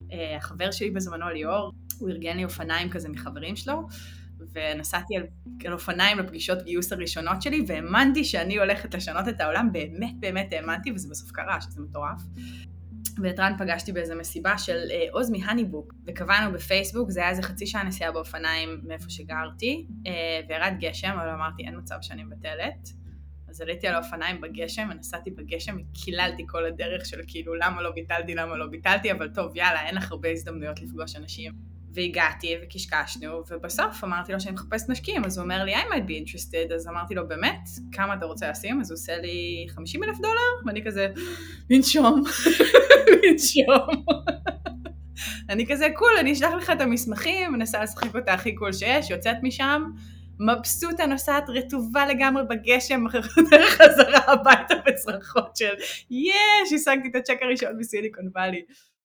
החבר שלי בזמנו ליאור, הוא ארגן לי אופניים כזה מחברים שלו, ונסעתי על אופניים לפגישות גיוס הראשונות שלי, והאמנתי שאני הולכת לשנות את העולם, באמת האמנתי, וזה בסוף קרה, שזה מטורף. ואת רן פגשתי באיזו מסיבה של עוז מהניבוק, וקבענו בפייסבוק, זה היה איזה חצי שעה נסיעה באופניים מאיפה שגרתי, וירד גשם, אבל אמרתי, אין מצב שאני מבטלת. אז עליתי על האופניים בגשם, ונסעתי בגשם, וקיללתי כל הדרך של כאילו, למה לא ביטלתי, אבל טוב, יאללה, אין לך הרבה הזדמנויות לפגוש אנשים. והגעתי וקשקשנו, ובסוף אמרתי לו שאני מחפש משקיעים, אז הוא אומר לי, I might be interested, אז אמרתי לו, באמת, כמה אתה רוצה לשים? אז הוא עושה לי $50,000, ואני כזה, לנשום. אני כזה, קול, אני אשלח לך את המסמכים, מנסה לשחק אותה הכי קול שיש, יוצאת משם, מבסוטה נוסעת רטובה לגמרי בגשם, דרך חזרה הביתה בצרחות של, יש, השגתי את הצ'ק הראשון בסיליקון ואלי.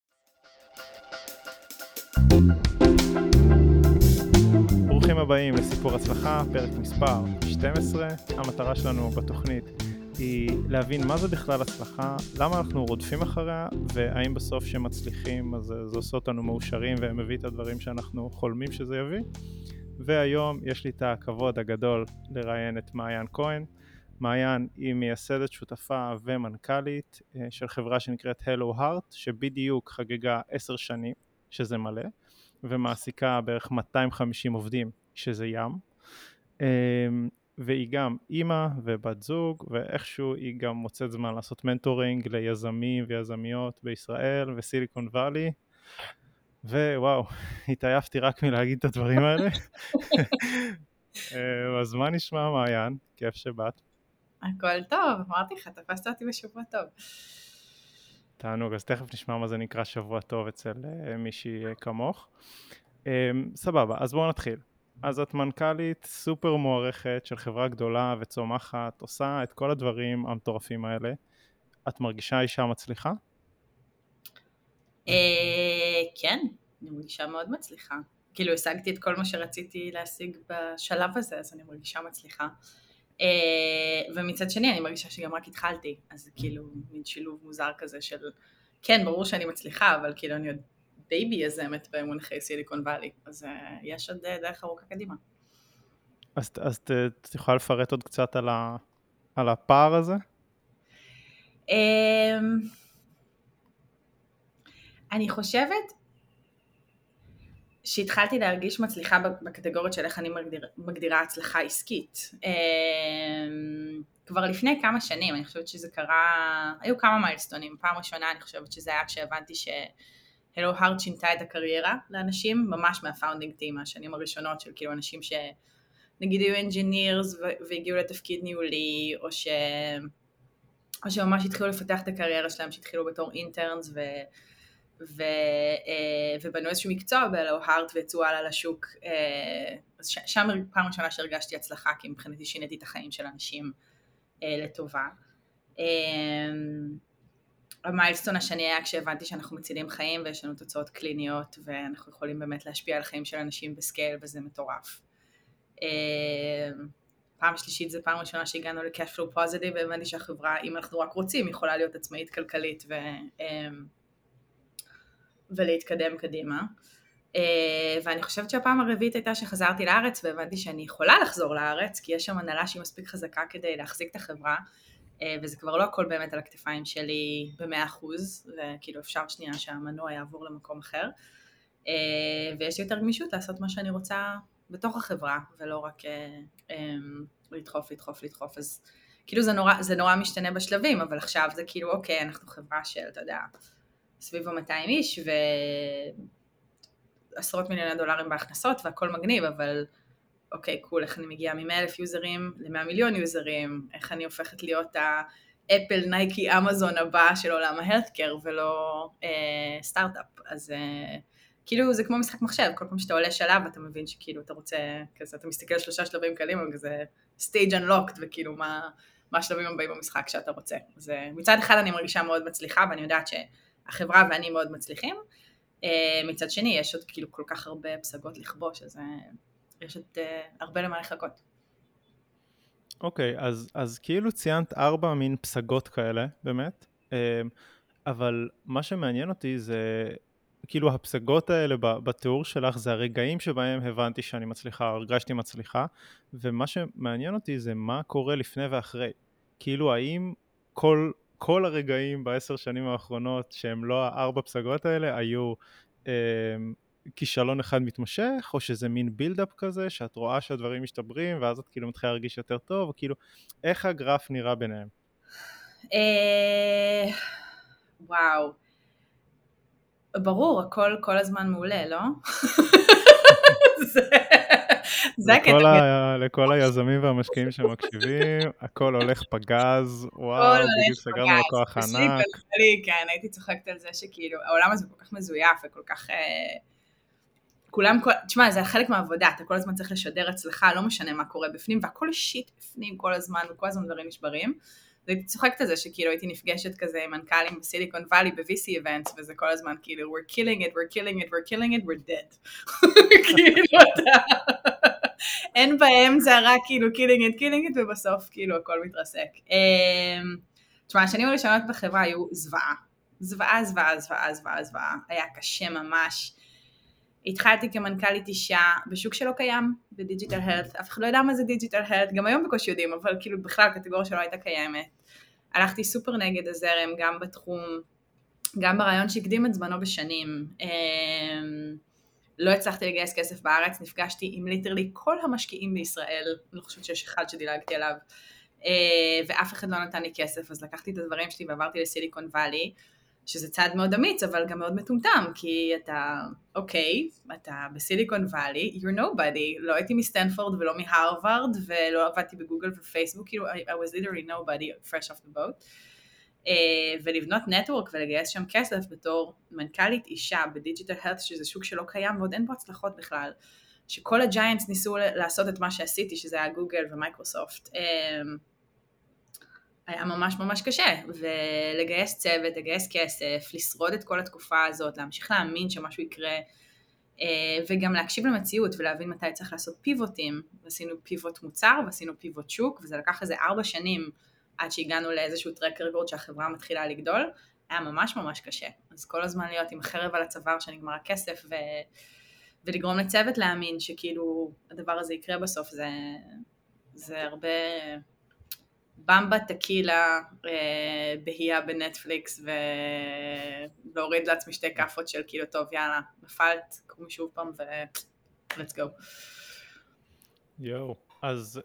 ברוכים הבאים לסיפור הצלחה, פרק מספר 12. המטרה שלנו בתוכנית היא להבין מה זה בכלל הצלחה, למה אנחנו רודפים אחריה, והאם בסוף שמצליחים אז זה עושה אותנו מאושרים ומביא את הדברים שאנחנו חולמים שזה יביא. והיום יש לי את הכבוד הגדול לראיין את מעיין כהן. מעיין היא מייסדת, שותפה ומנכ"לית של חברה שנקראת Hello Heart, שבדיוק חגגה 10 שנים, שזה מלא, ומעסיקה בערך 250 עובדים, שזה ים. והיא גם אימא ובת זוג, ואיכשהו היא גם מוצאת זמן לעשות מנטורינג ליזמים ויזמיות בישראל וסיליקון ואלי. ווואו, התעייפתי רק מלהגיד את הדברים האלה. אז מה נשמע מעיין? כיף שבאת. הכל טוב, אמרתי לך, תפסת אותי בשבוע טוב. תענוג, אז תכף נשמע מה זה נקרא שבוע טוב אצל מישהי כמוך. סבבה, אז בואו נתחיל. אז את מנכ"לית סופר מוערכת של חברה גדולה וצומחת, עושה את כל הדברים המטורפים האלה. את מרגישה אישה מצליחה? כן, אני מרגישה מאוד מצליחה. כאילו השגתי את כל מה שרציתי להשיג בשלב הזה, אז אני מרגישה מצליחה. ומצד שני אני מרגישה שגם רק התחלתי, אז כאילו מין שילוב מוזר כזה של, כן, ברור שאני מצליחה, אבל כאילו אני עוד בייבי יזמת במונחי סיליקון ואלי, אז יש עוד דרך ארוכה קדימה. אז את יכולה לפרט עוד קצת על הפער הזה? אני חושבת שהתחלתי להרגיש מצליחה בקטגוריות של איך אני מגדירה הצלחה עסקית. כבר לפני כמה שנים, אני חושבת שזה קרה, היו כמה מיילסטונים. פעם ראשונה אני חושבת שזה היה כשהבנתי שהלו הארט שינתה את הקריירה לאנשים, ממש מהפאונדינג טים, מהשנים הראשונות של כאילו אנשים שנגיד היו אנג'ינירס והגיעו לתפקיד ניהולי, או שממש התחילו לפתח את הקריירה שלהם, שהתחילו בתור אינטרנס ובנו איזשהו מקצוע בהלו הארט ויצאו הלאה לשוק. אז שם פעם ראשונה שהרגשתי הצלחה, כי מבחינתי שיניתי את החיים של אנשים לטובה. המיילסטון השני היה כשהבנתי שאנחנו מצילים חיים ויש לנו תוצאות קליניות ואנחנו יכולים באמת להשפיע על החיים של אנשים בסקייל, וזה מטורף. פעם שלישית זה פעם ראשונה שהגענו ל-cash flow positive, והבנתי שהחברה, אם אנחנו רק רוצים, יכולה להיות עצמאית כלכלית ולהתקדם קדימה. ואני חושבת שהפעם הרביעית הייתה שחזרתי לארץ, והבנתי שאני יכולה לחזור לארץ, כי יש שם הנהלה שהיא מספיק חזקה כדי להחזיק את החברה, וזה כבר לא הכל באמת על הכתפיים שלי ב100%, וכאילו אפשר שנייה שהמנוע יעבור למקום אחר, ויש לי יותר גמישות לעשות מה שאני רוצה בתוך החברה, ולא רק לדחוף, אז כאילו זה נורא משתנה בשלבים, אבל עכשיו זה כאילו אוקיי, אנחנו חברה של, אתה יודע, סביב 200 איש, ועשרות מיליוני דולרים בהכנסות, והכל מגניב, אבל אוקיי, קול, איך אני מגיעה מ100,000 יוזרים ל100 מיליון יוזרים, איך אני הופכת להיות האפל, נייקי, אמזון הבא של עולם ההלת'קר, ולא סטארט-אפ. אז כאילו זה כמו משחק מחשב, כל פעם שאתה עולה שלב, אתה מבין שכאילו אתה רוצה, כזה, אתה מסתכל 3 שלבים קדימה, וכזה stage unlocked, וכאילו מה השלבים הבאים במשחק שאתה רוצה. אז מצד אחד אני מרגישה מאוד מצליחה, ואני יודעת שהחברה ואני מאוד מצליחים. מצד שני, יש עוד כאילו כל כך הרבה פסגות לכבוש, אז יש עוד הרבה למה לחכות. אוקיי, אז כאילו ציינת 4 מין פסגות כאלה, באמת, אבל מה שמעניין אותי כאילו הפסגות האלה בתיאור שלך זה הרגעים שבהם הבנתי שאני מצליחה, הרגשתי מצליחה, ומה שמעניין אותי זה מה קורה לפני ואחרי. כאילו האם כל הרגעים ב10 שנים האחרונות שהם לא 4 פסגות האלה היו כישלון אחד מתמשך, או שזה מין בילדאפ כזה שאת רואה שהדברים משתברים ואז את כאילו מתחילה להרגיש יותר טוב, כאילו איך הגרף נראה ביניהם? וואו, ברור, הכל כל הזמן מעולה, לא? זה הקטע. לכל היזמים והמשקיעים שמקשיבים, הכל הולך פגז, הכל וואו, בדיוק הולך סגרנו פגז. לקוח בשבילי ענק. כלכלי, כן, הייתי צוחקת על זה שכאילו, העולם הזה כל כך מזויף וכל כך... תשמע, זה חלק מהעבודה, אתה כל הזמן צריך לשדר אצלך, לא משנה מה קורה בפנים, והכל שיט בפנים כל הזמן, וכל הזמן דברים נשברים. והייתי צוחקת על זה שכאילו הייתי נפגשת כזה עם מנכ"לים בסיליקון ואלי, ב-VC events, וזה כל הזמן כאילו, we're killing it, we're killing it, we're killing it, we're dead. כאילו אתה... אין בהם, זה רק כאילו killing it, ובסוף כאילו הכל מתרסק. תשמע, השנים הראשונות בחברה היו זוועה. היה קשה ממש. התחלתי כמנכ"לית אישה בשוק שלא קיים, בדיג'יטל הלת, אף אחד לא יודע מה זה דיג'יטל הלת, גם היום בקושי יודעים, אבל כאילו בכלל קטגוריה שלא הייתה קיימת. הלכתי סופר נגד הזרם, גם בתחום, גם ברעיון שהקדים את זמנו בשנים. לא הצלחתי לגייס כסף בארץ, נפגשתי עם ליטרלי כל המשקיעים בישראל, אני לא חושבת שיש אחד שדילגתי עליו, ואף אחד לא נתן לי כסף, אז לקחתי את הדברים שלי ועברתי לסיליקון ואלי, שזה צעד מאוד אמיץ, אבל גם מאוד מטומטם, כי אתה, אוקיי, אתה בסיליקון ואלי, you're nobody, לא הייתי מסטנפורד ולא מהרווארד, ולא עבדתי בגוגל ופייסבוק, כאילו, I was literally nobody, fresh off the boat, ולבנות נטוורק ולגייס שם כסף בתור מנכ"לית אישה בדיג'יטל הלת, שזה שוק שלא קיים ועוד אין בו הצלחות בכלל, שכל הג'יינטס ניסו לעשות את מה שעשיתי, שזה היה גוגל ומייקרוסופט, היה ממש ממש קשה, ולגייס צוות, לגייס כסף, לשרוד את כל התקופה הזאת, להמשיך להאמין שמשהו יקרה, וגם להקשיב למציאות ולהבין מתי צריך לעשות פיבוטים, ועשינו פיבוט מוצר ועשינו פיבוט שוק, וזה לקח איזה 4 שנים עד שהגענו לאיזשהו טרק רקורד שהחברה מתחילה לגדול, היה ממש ממש קשה, אז כל הזמן להיות עם חרב על הצוואר שנגמר הכסף, ולגרום לצוות להאמין שכאילו הדבר הזה יקרה בסוף, זה הרבה... במבה, טקילה, בהייה בנטפליקס, ולהוריד לעצמי 2 כפות של כאילו, טוב, יאללה, נפלת, קוראים שוב פעם, let's go. יואו, אז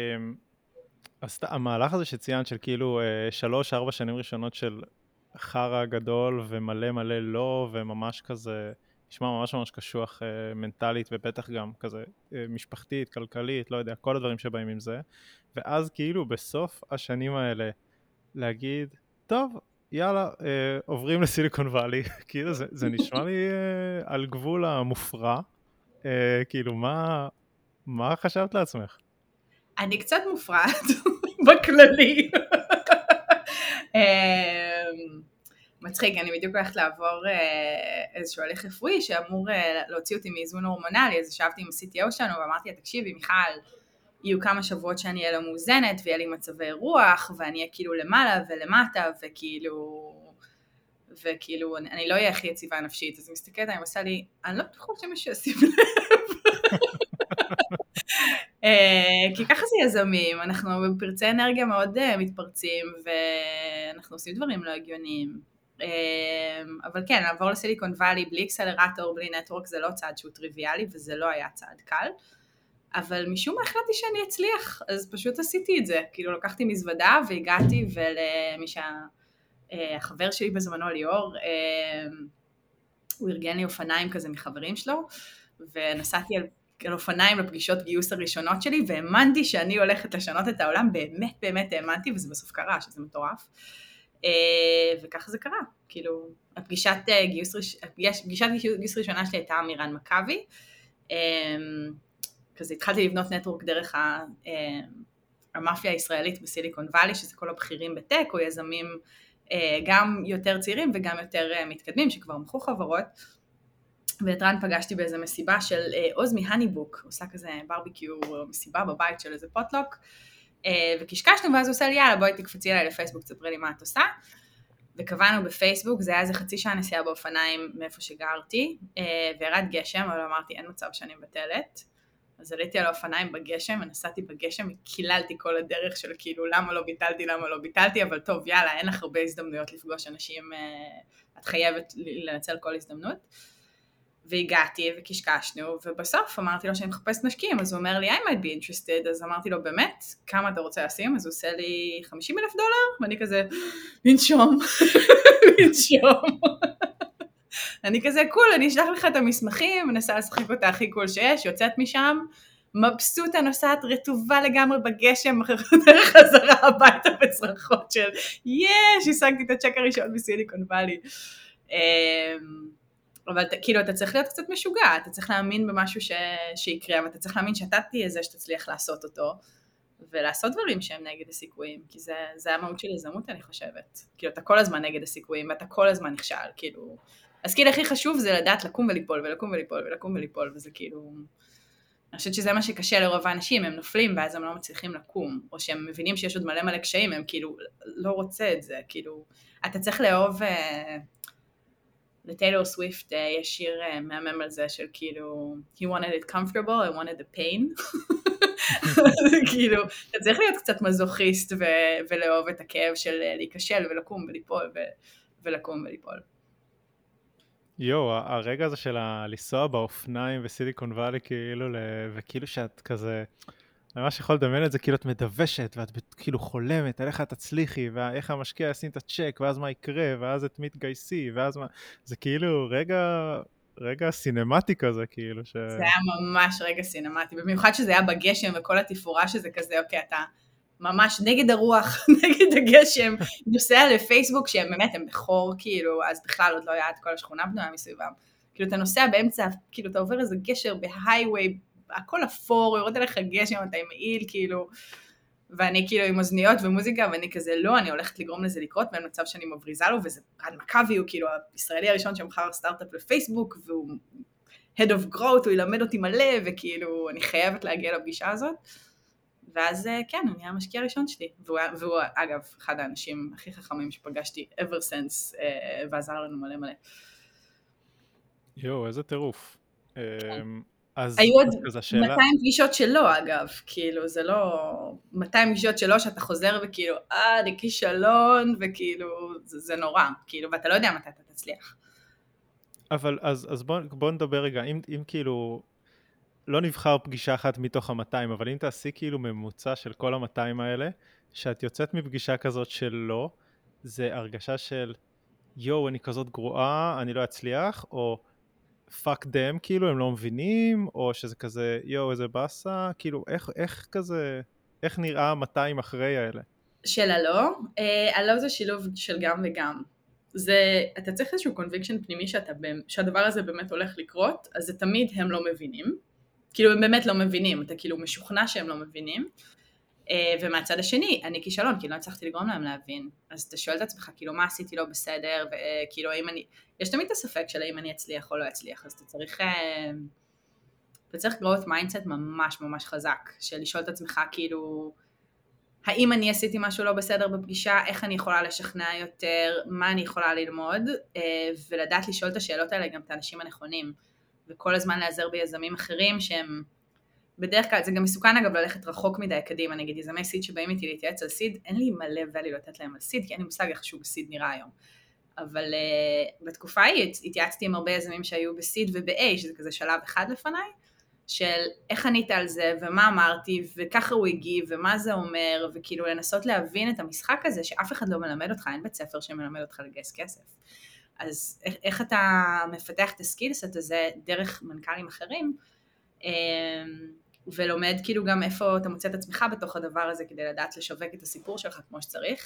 המהלך הזה שציינת של כאילו 3-4 שנים ראשונות של חרה גדול ומלא מלא לא, וממש כזה, נשמע ממש ממש קשוח מנטלית, ובטח גם כזה משפחתית, כלכלית, לא יודע, כל הדברים שבאים עם זה, ואז כאילו בסוף השנים האלה להגיד, טוב, יאללה, עוברים לסיליקון ואלי, כאילו זה נשמע לי על גבול המופרע, כאילו מה חשבת לעצמך? אני קצת מופרעת בכללי. מצחיק, אני בדיוק הולכת לעבור איזשהו הליך רפואי שאמור להוציא אותי מאיזון הורמונלי, אז ישבתי עם ה-CTO שלנו ואמרתי, תקשיבי מיכל, יהיו כמה שבועות שאני אהיה לא מאוזנת ויהיה לי מצבי רוח ואני אהיה כאילו למעלה ולמטה וכאילו אני לא אהיה הכי יציבה נפשית, אז היא מסתכלת, אני עושה לי, אני לא בטוחה שמישהו ישים לב. כי ככה זה יזמים, אנחנו בפרצי אנרגיה מאוד מתפרצים ואנחנו עושים דברים לא הגיוניים. אבל כן, לעבור לסיליקון ואלי בלי אקסלרטור, בלי נטוורק, זה לא צעד שהוא טריוויאלי וזה לא היה צעד קל. אבל משום מה החלטתי שאני אצליח, אז פשוט עשיתי את זה. כאילו לקחתי מזוודה והגעתי ולמי שהחבר שלי בזמנו ליאור, הוא ארגן לי אופניים כזה מחברים שלו, ונסעתי על אופניים לפגישות גיוס הראשונות שלי, והאמנתי שאני הולכת לשנות את העולם, באמת באמת האמנתי, וזה בסוף קרה, שזה מטורף. וככה זה קרה. כאילו, הפגישת גיוס ראשונה שלי הייתה מירן מכבי, כזה התחלתי לבנות נטוורק דרך המאפיה הישראלית בסיליקון ואלי, שזה כל הבכירים בטק, או יזמים גם יותר צעירים וגם יותר מתקדמים, שכבר מכו חברות, ואת רן פגשתי באיזה מסיבה של עוז מהניבוק, עושה כזה ברביקיו, מסיבה בבית של איזה פוטלוק, וקשקשנו, ואז הוא עושה לי, יאללה, בואי תקפצי אליי לפייסבוק, תספרי לי מה את עושה, וקבענו בפייסבוק, זה היה איזה חצי שעה נסיעה באופניים מאיפה שגרתי, וירד גשם, אבל אמרתי, אין מצב שאני מבטלת. אז עליתי על האופניים בגשם, ונסעתי בגשם, וקיללתי כל הדרך של כאילו, למה לא ביטלתי, אבל טוב, יאללה, אין לך הרבה הזדמנויות לפגוש אנשים, את חייבת לנצל כל הזדמנות. והגעתי וקשקשנו, ובסוף אמרתי לו שאני מחפשת משקיעים, אז הוא אומר לי, I might be interested, אז אמרתי לו, באמת, כמה אתה רוצה לשים? אז הוא עושה לי $50,000, ואני כזה, לנשום, לנשום. אני כזה, קול, אני אשלח לך את המסמכים, מנסה לשחק אותה הכי קול שיש, יוצאת משם, מבסוטה נוסעת רטובה לגמרי בגשם, דרך חזרה הביתה בצרחות של, השגתי את הצ'ק הראשון בסיליקון ואלי. אבל כאילו אתה צריך להיות קצת משוגע, אתה צריך להאמין במשהו שיקרה, אבל אתה צריך להאמין שאתה תהיה זה שתצליח לעשות אותו, ולעשות דברים שהם נגד הסיכויים, כי זה המהות של יזמות אני חושבת, כאילו אתה כל הזמן נגד הסיכויים, ואתה כל הזמן נכשל, כאילו, אז כאילו הכי חשוב זה לדעת לקום וליפול, ולקום וליפול, ולקום וליפול, וזה כאילו, אני חושבת שזה מה שקשה לרוב האנשים, הם נופלים ואז הם לא מצליחים לקום, או שהם מבינים שיש עוד מלא קשיים, הם כאילו לא רוצה את זה, כאילו, אתה צריך לאהוב, לטיילור סוויפט יש שיר מהמם על זה של כאילו he wanted it comfortable, I wanted the pain. כאילו, אתה צריך להיות קצת מזוכיסט ולאהוב את הכאב של להיכשל ולקום וליפול ולקום וליפול. הרגע הזה של לנסוע באופניים בסיליקון ואלי כאילו, וכאילו שאת כזה, אני ממש יכול לדמיין את זה, כאילו את מדוושת, ואת כאילו חולמת, על איך את תצליחי, ואיך המשקיע ישים את הצ'ק, ואז מה יקרה, ואז את מתגייסי, ואז מה, זה כאילו רגע סינמטי כזה, כאילו ש... זה היה ממש רגע סינמטי, במיוחד שזה היה בגשם, וכל התפאורה שזה כזה, אוקיי, אתה ממש נגד הרוח, נגד הגשם, נוסע לפייסבוק, שהם באמת, הם בחור, כאילו, אז בכלל עוד לא היה את כל השכונה בנויה מסביבם, כאילו אתה נוסע באמצע, כאילו אתה עובר איזה גשר בהייווי, הכל אפור, יורד עליך גשם, אתה עם מעיל, כאילו, ואני כאילו עם אוזניות ומוזיקה, ואני כזה, לא, אני הולכת לגרום לזה לקרות, ואין מצב שאני מבריזה לו, וזה רד מכבי, הוא כאילו הישראלי הראשון שמחר סטארט-אפ לפייסבוק, והוא head of growth, הוא ילמד אותי מלא, וכאילו, אני חייבת להגיע לפגישה הזאת, ואז כן, הוא נהיה המשקיע הראשון שלי, והוא אגב, אחד האנשים הכי חכמים שפגשתי ever since, ועזר לנו מלא. איזה טירוף. אז היו עוד אז השאלה... 200 פגישות שלו אגב, כאילו זה לא 200 פגישות שלו שאתה חוזר וכאילו זה כישלון וכאילו זה נורא, כאילו ואתה לא יודע מתי אתה תצליח. אבל אז בוא נדבר רגע, אם כאילו לא נבחר פגישה אחת מתוך ה-200, אבל אם תעשי כאילו ממוצע של כל ה-200 האלה, שאת יוצאת מפגישה כזאת של לא, זה הרגשה של אני כזאת גרועה, אני לא אצליח, או fuck them, כאילו הם לא מבינים, או שזה כזה איזה בסה, כאילו איך כזה, איך נראה 200 אחרי האלה? של הלא זה שילוב של גם וגם. אתה צריך איזשהו conviction פנימי שהדבר הזה באמת הולך לקרות, אז זה תמיד הם לא מבינים, כאילו הם באמת לא מבינים, אתה כאילו משוכנע שהם לא מבינים, ומהצד השני, אני כישלון, כי לא הצלחתי לגרום להם להבין, אז אתה שואל את עצמך, כאילו מה עשיתי לא בסדר, וכאילו יש תמיד את הספק של האם אני אצליח או לא אצליח, אז אתה צריך growth mindset ממש ממש חזק, של לשאול את עצמך כאילו, האם אני עשיתי משהו לא בסדר בפגישה, איך אני יכולה לשכנע יותר, מה אני יכולה ללמוד, ולדעת לשאול את השאלות האלה גם את האנשים הנכונים, וכל הזמן להיעזר ביזמים אחרים שהם, בדרך כלל, זה גם מסוכן אגב ללכת רחוק מדי קדימה, נגיד יזמי סיד שבאים איתי להתייעץ על סיד, אין לי מלא ואלי לתת להם על סיד, כי אין לי מושג איך שוב סיד נראה היום. אבל בתקופה ההיא התייעצתי עם הרבה יזמים שהיו בסיד וב-A, שזה כזה שלב אחד לפניי, של איך ענית על זה, ומה אמרתי, וככה הוא הגיב, ומה זה אומר, וכאילו לנסות להבין את המשחק הזה, שאף אחד לא מלמד אותך, אין בית ספר שמלמד אותך לגייס כסף. אז איך אתה מפתח את הסקילסט הזה דרך מנכ"לים אחרים, ולומד כאילו גם איפה אתה מוצא את עצמך בתוך הדבר הזה, כדי לדעת לשווק את הסיפור שלך כמו שצריך.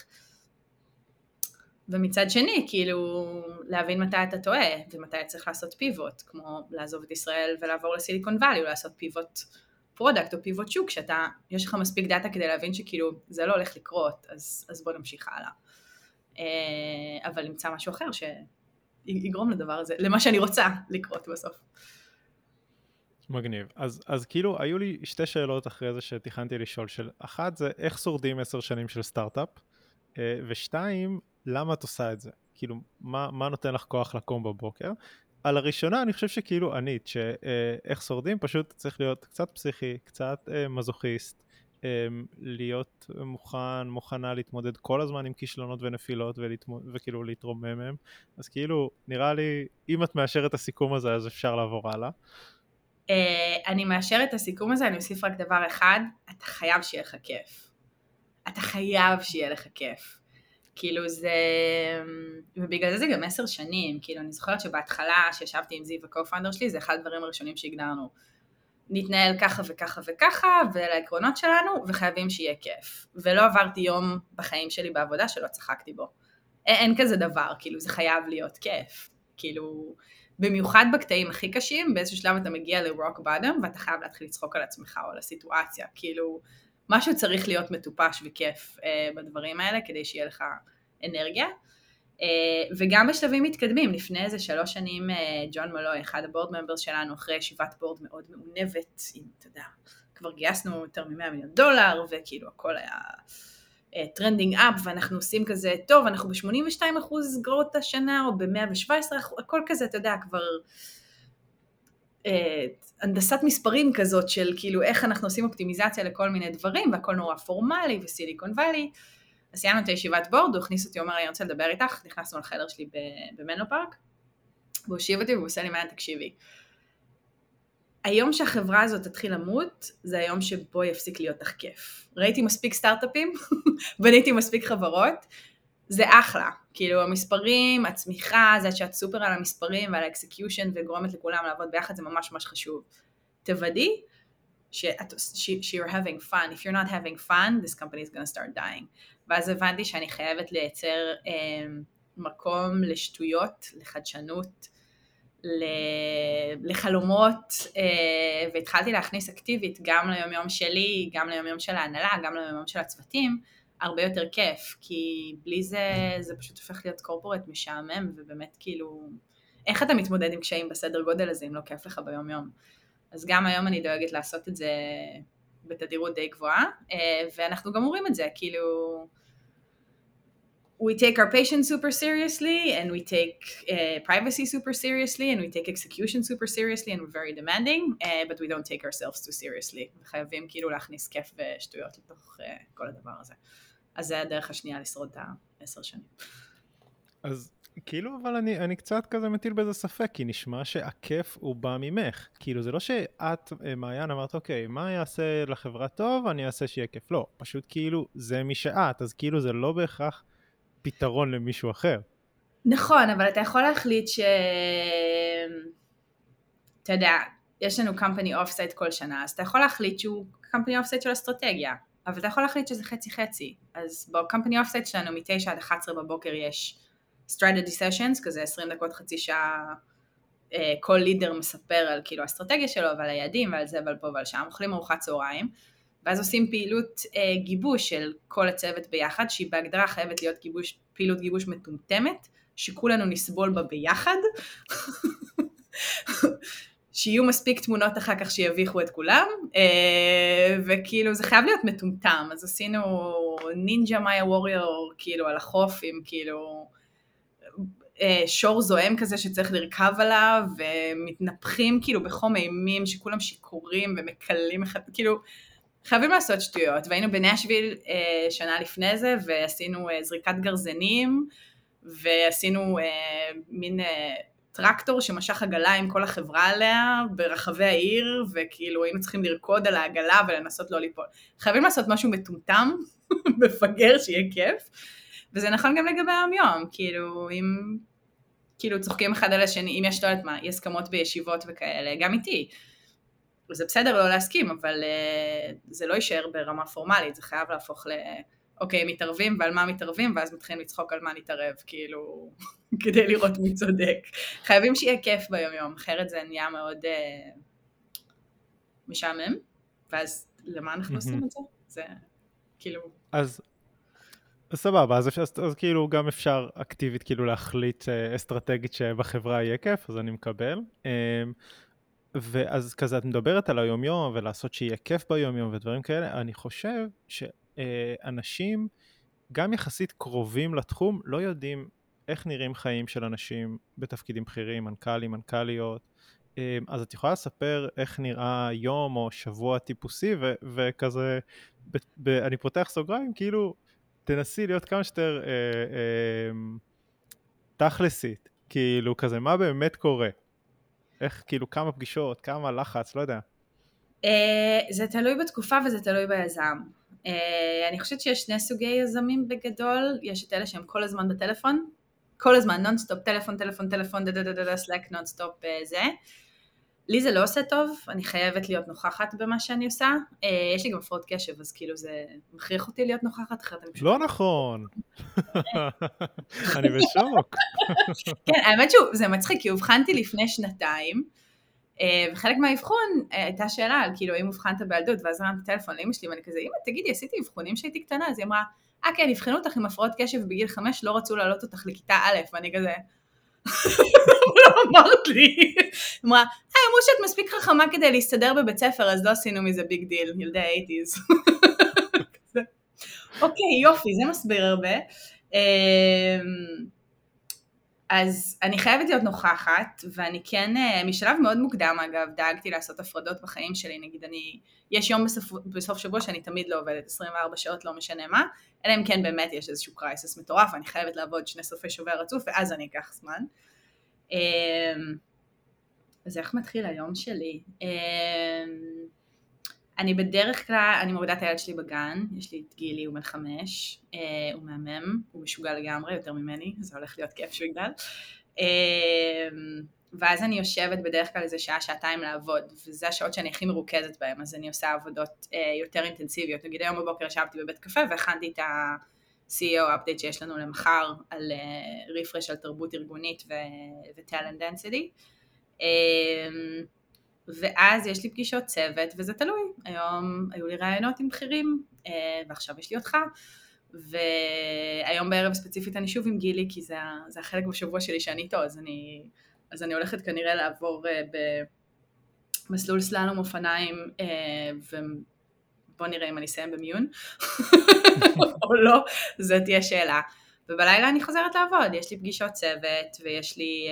ומצד שני, כאילו, להבין מתי אתה טועה, ומתי צריך לעשות פיבוט, כמו לעזוב את ישראל ולעבור לסיליקון ואלי, או לעשות פיבוט פרודקט או פיבוט שוק, שאתה, יש לך מספיק דאטה כדי להבין שכאילו, זה לא הולך לקרות, אז בוא נמשיך הלאה. אבל נמצא משהו אחר שיגרום לדבר הזה, למה שאני רוצה לקרות בסוף. מגניב. אז כאילו, היו לי שתי שאלות אחרי זה שתכנתי לשאול, של אחת זה איך שורדים 10 שנים של סטארט-אפ, ושתיים, למה את עושה את זה? כאילו, מה נותן לך כוח לקום בבוקר? על הראשונה אני חושב שכאילו ענית, שאיך שורדים פשוט צריך להיות קצת פסיכי, קצת מזוכיסט, להיות מוכנה להתמודד כל הזמן עם כישלונות ונפילות וכאילו להתרומם מהם. אז כאילו, נראה לי, אם את מאשרת את הסיכום הזה, אז אפשר לעבור הלאה. אני מאשרת את הסיכום הזה, אני אוסיף רק דבר אחד, אתה חייב שיהיה לך כיף. אתה חייב שיהיה לך כיף. כאילו זה, ובגלל זה זה גם 10 שנים, כאילו אני זוכרת שבהתחלה שישבתי עם זיו וקו-פאונדר שלי, זה אחד הדברים הראשונים שהגדרנו. נתנהל ככה וככה וככה, ואלה העקרונות שלנו, וחייבים שיהיה כיף. ולא עברתי יום בחיים שלי בעבודה שלא צחקתי בו. אין כזה דבר, כאילו זה חייב להיות כיף. כאילו, במיוחד בקטעים הכי קשים, באיזשהו שלב אתה מגיע ל-rock bottom, ואתה חייב להתחיל לצחוק על עצמך או על הסיטואציה. כאילו, משהו צריך להיות מטופש וכיף בדברים האלה, כדי שיהיה לך אנרגיה. וגם בשלבים מתקדמים, לפני איזה 3 שנים, ג'ון מלוי, אחד הבורד ממברס שלנו, אחרי ישיבת בורד מאוד מעונבת, אם אתה יודע, כבר גייסנו יותר $100 מיליון, וכאילו הכל היה טרנדינג אפ, ואנחנו עושים כזה, טוב, אנחנו ב-82% גרות השנה, או ב-117%, הכל כזה, אתה יודע, כבר הנדסת מספרים כזאת, של כאילו איך אנחנו עושים אופטימיזציה לכל מיני דברים, והכל נורא פורמלי, וסיליקון ואלי. אז סיימנו את הישיבת בורד, הוא הכניס אותי, אומר, אני רוצה לדבר איתך, נכנסנו לחדר שלי במנלו פארק, והוא הושיב אותי והוא עושה לי מעט, תקשיבי. היום שהחברה הזאת תתחיל למות, זה היום שבו יפסיק להיות לך כיף. ראיתי מספיק סטארט-אפים, בניתי מספיק חברות, זה אחלה. כאילו המספרים, הצמיחה, זה שאת סופר על המספרים ועל האקסקיושן וגורמת לכולם לעבוד ביחד, זה ממש ממש חשוב. תוודאי you're having fun. If you're not having fun, this company is going to start dying. ואז הבנתי שאני חייבת לייצר מקום לשטויות, לחדשנות, לחלומות, והתחלתי להכניס אקטיבית גם ליום-יום שלי, גם ליום-יום של ההנהלה, גם ליום-יום של הצוותים, הרבה יותר כיף, כי בלי זה פשוט הופך להיות קורפורט משעמם, ובאמת כאילו, איך אתה מתמודד עם קשיים בסדר גודל הזה, אם לא כיף לך ביום-יום? אז גם היום אני דואגת לעשות את זה בתדירות די גבוהה, ואנחנו גם אומרים את זה, כאילו, we take our patients super seriously, and we take privacy super seriously, and we take execution super seriously, and we're very demanding, but we don't take ourselves too seriously. חייבים כאילו להכניס כיף ושטויות לתוך כל הדבר הזה. אז זה הדרך השנייה לשרוד את 10 שנים. אז כאילו, אבל אני קצת כזה מטיל בזה ספק, כי נשמע שהכיף הוא בא ממך. כאילו, זה לא שאת, מעיין, אמרת, אוקיי, מה יעשה לחברה טוב? אני אעשה שיהיה כיף. לא, פשוט כאילו, זה מי שאת, אז כאילו זה לא בהכרח פתרון למישהו אחר. נכון, אבל אתה יכול להחליט אתה יודע, יש לנו company offsite כל שנה, אז אתה יכול להחליט שהוא company offsite של אסטרטגיה, אבל אתה יכול להחליט שזה חצי-חצי. אז ב-company offsite שלנו, מ-9 עד 11 בבוקר יש strategy sessions, כזה 20 דקות, חצי שעה, כל לידר מספר על כאילו האסטרטגיה שלו, ועל היעדים, ועל זה ועל פה ועל שם, אוכלים ארוחת צהריים, ואז עושים פעילות גיבוש של כל הצוות ביחד, שהיא בהגדרה חייבת להיות פעילות גיבוש מטומטמת, שכולנו נסבול בה ביחד, שיהיו מספיק תמונות אחר כך שיביכו את כולם, וכאילו זה חייב להיות מטומטם. אז עשינו נינג'ה מאיה ווריור, כאילו על החוף עם כאילו שור זוהם כזה שצריך לרכב עליו, ומתנפחים כאילו בחום אימים שכולם שיקורים ומקלים, כאילו חייבים לעשות שטויות. והיינו בנשוויל שנה לפני זה, ועשינו זריקת גרזנים, ועשינו מין טרקטור שמשך עגלה עם כל החברה עליה ברחבי העיר, וכאילו היינו צריכים לרקוד על העגלה ולנסות לא ליפול. חייבים לעשות משהו מטומטם, מפגר, שיהיה כיף. וזה נכון גם לגבי היום-יום, כאילו, אם כאילו צוחקים אחד על השני, אם יש לא יודעת מה, יש הסכמות בישיבות וכאלה, גם איתי. זה בסדר לא להסכים, אבל זה לא יישאר ברמה פורמלית, זה חייב להפוך אוקיי, מתערבים ועל מה מתערבים, ואז מתחילים לצחוק על מה נתערב, כאילו, כדי לראות מי צודק. חייבים שיהיה כיף ביום-יום, אחרת זה נהיה מאוד משעמם, ואז למה אנחנו עושים את זה? זה כאילו... אז סבבה, אז כאילו גם אפשר אקטיבית כאילו להחליט אסטרטגית שבחברה יהיה כיף, אז אני מקבל. ואז כזה את מדברת על היום-יום ולעשות שיהיה כיף ביום-יום ודברים כאלה, אני חושב שאנשים גם יחסית קרובים לתחום, לא יודעים איך נראים חיים של אנשים בתפקידים בכירים, מנכ"לים, מנכ"ליות. אז את יכולה לספר איך נראה יום או שבוע טיפוסי, וכזה, אני פותח סוגריים, כאילו, תנסי להיות כמה שיותר תכלסית, כאילו, כזה, מה באמת קורה? איך, כאילו, כמה פגישות, כמה לחץ, לא יודע. זה תלוי בתקופה וזה תלוי ביזם. אני חושבת שיש שני סוגי יזמים בגדול, יש את אלה שהם כל הזמן בטלפון, כל הזמן, נונסטופ, טלפון, טלפון, טלפון, סלאק, נונסטופ, זה. לי זה לא עושה טוב, אני חייבת להיות נוכחת במה שאני עושה. יש לי גם הפרעות קשב, אז כאילו זה מכריח אותי להיות נוכחת, אחרת אני פשוט... לא נכון. אני בשוק. כן, האמת שזה מצחיק, כי הובחנתי לפני שנתיים, וחלק מהאבחון הייתה שאלה על כאילו האם הובחנת בילדות, ואז אמרתי טלפון לאמא שלי, ואני כזה, אמא תגידי, עשיתי אבחונים שהייתי קטנה, אז היא אמרה, כן, הבחנו אותך עם הפרעות קשב בגיל 5, לא רצו להעלות אותך לכיתה א', ואני כזה, לא אמרת לי, אמרה, אמרו שאת מספיק חכמה כדי להסתדר בבית ספר, אז לא עשינו מזה ביג דיל, ילדי ה-80s. אוקיי, יופי, זה מסביר הרבה. אז אני חייבת להיות נוכחת, ואני כן, משלב מאוד מוקדם אגב, דאגתי לעשות הפרדות בחיים שלי, נגיד יש יום בסוף שבוע שאני תמיד לא עובדת, 24 שעות לא משנה מה, אלא אם כן באמת יש איזשהו קרייסס מטורף, ואני חייבת לעבוד 2 סופי שבוע רצוף, ואז אני אקח זמן. אז איך מתחיל היום שלי? אני בדרך כלל, אני מורידה את הילד שלי בגן, יש לי את גילי, הוא בן 5, הוא מהמם, הוא משוגע לגמרי, יותר ממני, זה הולך להיות כיף שהוא יגדל. ואז אני יושבת בדרך כלל איזה שעה, שעתיים לעבוד, וזה השעות שאני הכי מרוכזת בהן, אז אני עושה עבודות יותר אינטנסיביות. נגיד היום בבוקר ישבתי בבית קפה, והכנתי את ה-CEO update שיש לנו למחר, על ריפרש על תרבות ארגונית ו-talent density. ואז יש לי פגישות צוות, וזה תלוי. היום היו לי רעיונות עם בכירים, ועכשיו יש לי אותך, והיום בערב ספציפית אני שוב עם גילי, כי זה החלק בשבוע שלי שאני איתו, אז אני הולכת כנראה לעבור במסלול סללום אופניים, ובוא נראה אם אני אסיים במיון, או לא, זאת תהיה שאלה. ובלילה אני חוזרת לעבוד, יש לי פגישות צוות, ויש לי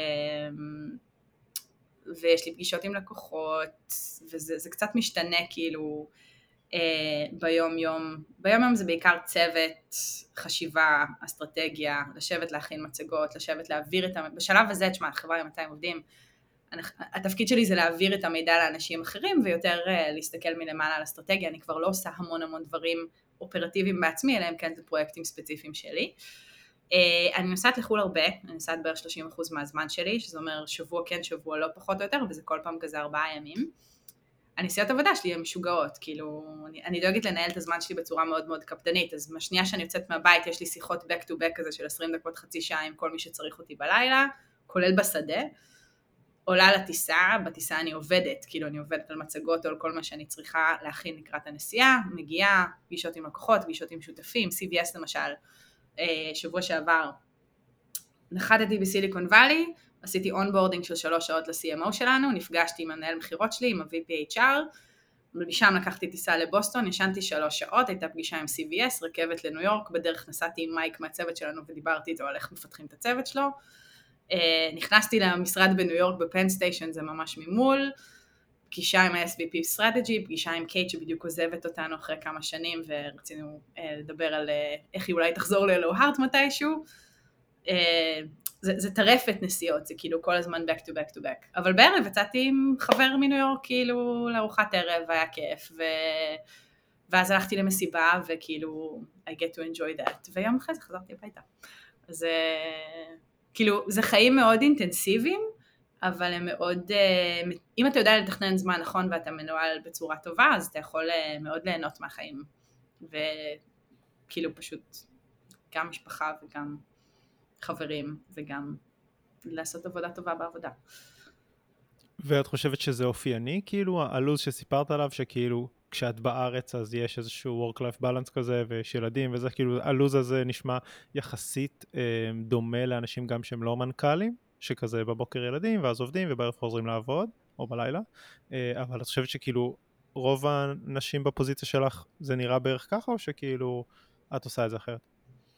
פגישות עם לקוחות, וזה קצת משתנה כאילו ביום יום. ביום יום זה בעיקר צוות, חשיבה, אסטרטגיה, לשבת להכין מצגות, לשבת להעביר בשלב הזה, תשמע, חברה עם 200 עובדים, התפקיד שלי זה להעביר את המידע לאנשים אחרים, ויותר להסתכל מלמעלה על אסטרטגיה, אני כבר לא עושה המון דברים אופרטיביים בעצמי, אלא אם כן זה פרויקטים ספציפיים שלי. אני נוסעת לחול הרבה, אני נוסעת בערך 30% מהזמן שלי, שזה אומר שבוע כן, שבוע לא פחות או יותר, וזה כל פעם כזה 4 ימים. הנסיעות עבודה שלי הן משוגעות, כאילו, אני דואגת לנהל את הזמן שלי בצורה מאוד מאוד קפדנית, אז בשנייה שאני יוצאת מהבית, יש לי שיחות back to back כזה של 20 דקות, חצי שעה עם כל מי שצריך אותי בלילה, כולל בשדה, עולה לטיסה, בטיסה אני עובדת, כאילו אני עובדת על מצגות או על כל מה שאני צריכה להכין לקראת הנסיעה, מגיעה, פגישות עם לקוחות, פגישות עם שותפים, CVS למשל, שבוע שעבר נחתתי בסיליקון ואלי, עשיתי אונבורדינג של 3 שעות ל-CMO שלנו, נפגשתי עם המנהל מחירות שלי, עם ה-VPHR, ומשם לקחתי טיסה לבוסטון, ישנתי 3 שעות, הייתה פגישה עם CVS, רכבת לניו יורק, בדרך נסעתי עם מייק מהצוות שלנו ודיברתי איתו על איך מפתחים את הצוות שלו, נכנסתי למשרד בניו יורק בפן סטיישן, זה ממש ממול, פגישה עם ה-SVP Strategy, פגישה עם קייט שבדיוק עוזבת אותנו אחרי כמה שנים, ורצינו לדבר על איך היא אולי תחזור לאלו הארט מתישהו. זה טרפת נסיעות, זה כאילו כל הזמן back to back to back. אבל בערב יצאתי עם חבר מניו יורק כאילו לארוחת ערב, היה כיף, ואז הלכתי למסיבה, וכאילו I get to enjoy that, ויום אחרי זה חזרתי הביתה. אז כאילו זה חיים מאוד אינטנסיביים, אבל הם מאוד, אם אתה יודע לתכנן זמן נכון ואתה מנוהל בצורה טובה, אז אתה יכול מאוד ליהנות מהחיים, וכאילו פשוט גם משפחה וגם חברים, וגם לעשות עבודה טובה בעבודה. ואת חושבת שזה אופייני, כאילו, הלוז שסיפרת עליו, שכאילו, כשאת בארץ, אז יש איזשהו work-life balance כזה, ויש ילדים, וזה כאילו, הלוז הזה נשמע יחסית דומה לאנשים גם שהם לא מנכ"לים, שכזה בבוקר ילדים, ואז עובדים, ובערב חוזרים לעבוד, או בלילה, אבל את חושבת שכאילו, רוב האנשים בפוזיציה שלך, זה נראה בערך ככה, או שכאילו, את עושה את זה אחרת?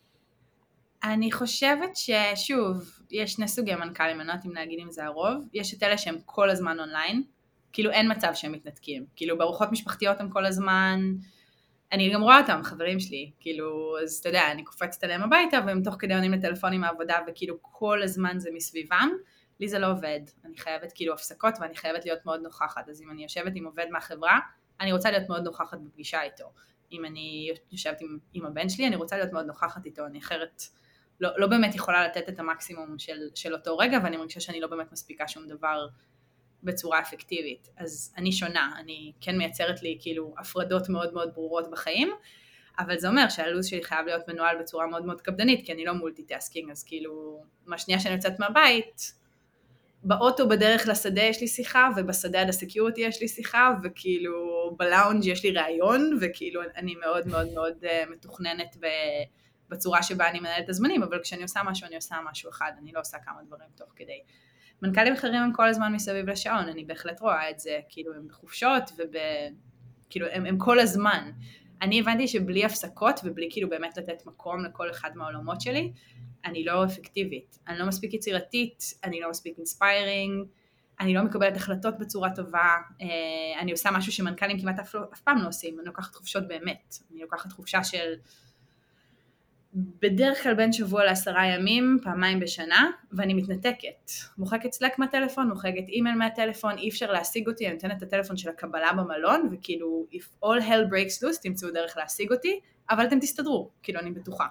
אני חושבת ששוב, יש שני סוגי מנכ"לים, אני לא יודעת אם להגיד אם זה הרוב, יש את אלה שהם כל הזמן אונליין, כאילו אין מצב שהם מתנתקים, כאילו בארוחות משפחתיות הם כל הזמן, אני גם רואה אותם, חברים שלי, כאילו, אז אתה יודע, אני קופצת עליהם הביתה, והם תוך כדי עונים לטלפונים מהעבודה, וכאילו כל הזמן זה מסביבם, לי זה לא עובד, אני חייבת כאילו הפסקות, ואני חייבת להיות מאוד נוכחת, אז אם אני יושבת עם עובד מהחברה, אני רוצה להיות מאוד נוכחת בפגישה איתו, אם אני יושבת עם הבן שלי, אני רוצה להיות מאוד נוכחת איתו, אני אחרת לא באמת יכולה לתת את המקסימום של אותו רגע, ואני מרגישה שאני לא באמת מספיקה שום דבר בצורה אפקטיבית. אז אני שונה, אני כן מייצרת לי כאילו הפרדות מאוד מאוד ברורות בחיים, אבל זה אומר שהלו"ז שלי חייב להיות מנוהל בצורה מאוד מאוד קפדנית, כי אני לא מולטיטאסקינג, אז כאילו, מהשנייה שאני יוצאת מהבית, באוטו בדרך לשדה יש לי שיחה, ובשדה עד הסקיוריטי יש לי שיחה, וכאילו בלאונג' יש לי ראיון, וכאילו אני מאוד מאוד מאוד מתוכננת בצורה שבה אני מנהלת את הזמנים, אבל כשאני עושה משהו, אני עושה משהו אחד, אני לא עושה כמה דברים תוך כדי. מנכ"לים אחרים הם כל הזמן מסביב לשעון, אני בהחלט רואה את זה, כאילו הם בחופשות, כאילו הם כל הזמן. אני הבנתי שבלי הפסקות, ובלי כאילו באמת לתת מקום לכל אחד מהעולמות שלי, אני לא אפקטיבית, אני לא מספיק יצירתית, אני לא מספיק אינספיירינג, אני לא מקבלת החלטות בצורה טובה, אני עושה משהו שמנכ"לים כמעט אף פעם לא עושים, אני לוקחת חופשות באמת, אני לוקחת חופשה של בדרך כלל בין שבוע ל10 ימים, פעמיים בשנה, ואני מתנתקת, מוחקת סלק מהטלפון, מוחקת אימייל מהטלפון, אי אפשר להשיג אותי, אני נותנת את הטלפון של הקבלה במלון, וכאילו if all hell breaks loose, תמצאו דרך להשיג אותי, אבל אתם תסתדרו, כאילו אני בטוחה.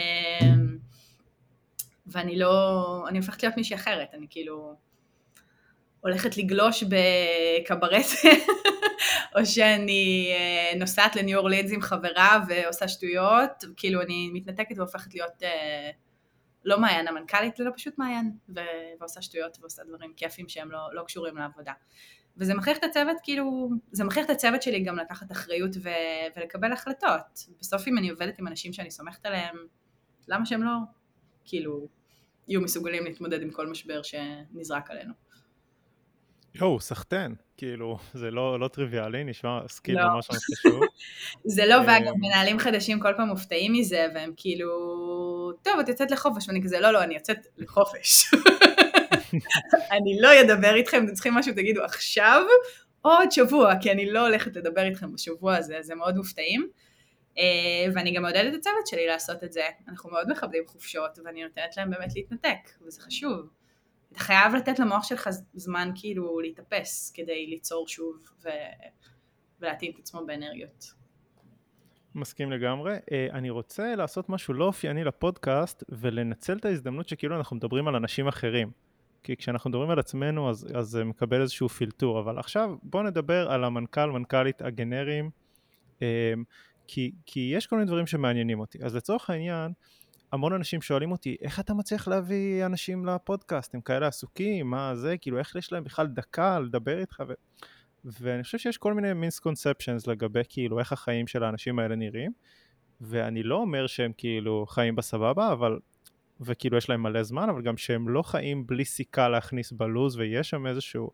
ואני לא, אני הופכת להיות מישהי אחרת, אני כאילו הולכת לגלוש בקברט, או שאני נוסעת לניו אורלינס עם חברה ועושה שטויות, כאילו אני מתנתקת והופכת להיות לא מעיין המנכ"לית, אלא פשוט מעיין, ועושה שטויות ועושה דברים כיפים שהם לא קשורים לעבודה. וזה מכריח את הצוות, כאילו, זה מכריח את הצוות שלי גם לקחת אחריות ולקבל החלטות. בסוף אם אני עובדת עם אנשים שאני סומכת עליהם, למה שהם לא, כאילו, יהיו מסוגלים להתמודד עם כל משבר שנזרק עלינו. יואו, סחטן, כאילו, זה לא טריוויאלי, נשמע סקיל לא. ממש ממש חשוב. זה לא, ואגב, מנהלים חדשים כל פעם מופתעים מזה, והם כאילו, טוב, את יוצאת לחופש, ואני כזה, לא, אני יוצאת לחופש. אני לא אדבר איתכם, אתם צריכים משהו, תגידו עכשיו, או עוד שבוע, כי אני לא הולכת לדבר איתכם בשבוע הזה, זה מאוד מופתעים. ואני גם מעודדת את הצוות שלי לעשות את זה, אנחנו מאוד מכבדים חופשות, ואני נותנת להם באמת להתנתק, וזה חשוב. אתה חייב לתת למוח שלך זמן כאילו להתאפס, כדי ליצור שוב ולהתאים את עצמו באנרגיות. מסכים לגמרי. אני רוצה לעשות משהו לא אופייני לפודקאסט, ולנצל את ההזדמנות שכאילו אנחנו מדברים על אנשים אחרים. כי כשאנחנו מדברים על עצמנו, אז זה מקבל איזשהו פילטור. אבל עכשיו בואו נדבר על המנכ"ל, מנכ"לית הגנריים, כי יש כל מיני דברים שמעניינים אותי. אז לצורך העניין, המון אנשים שואלים אותי, איך אתה מצליח להביא אנשים לפודקאסט? הם כאלה עסוקים, מה זה? כאילו, איך יש להם בכלל דקה לדבר איתך? ואני חושב שיש כל מיני misconceptions לגבי כאילו איך החיים של האנשים האלה נראים, ואני לא אומר שהם כאילו חיים בסבבה, וכאילו יש להם מלא זמן, אבל גם שהם לא חיים בלי סיכה להכניס בלוז, ויש שם איזשהו,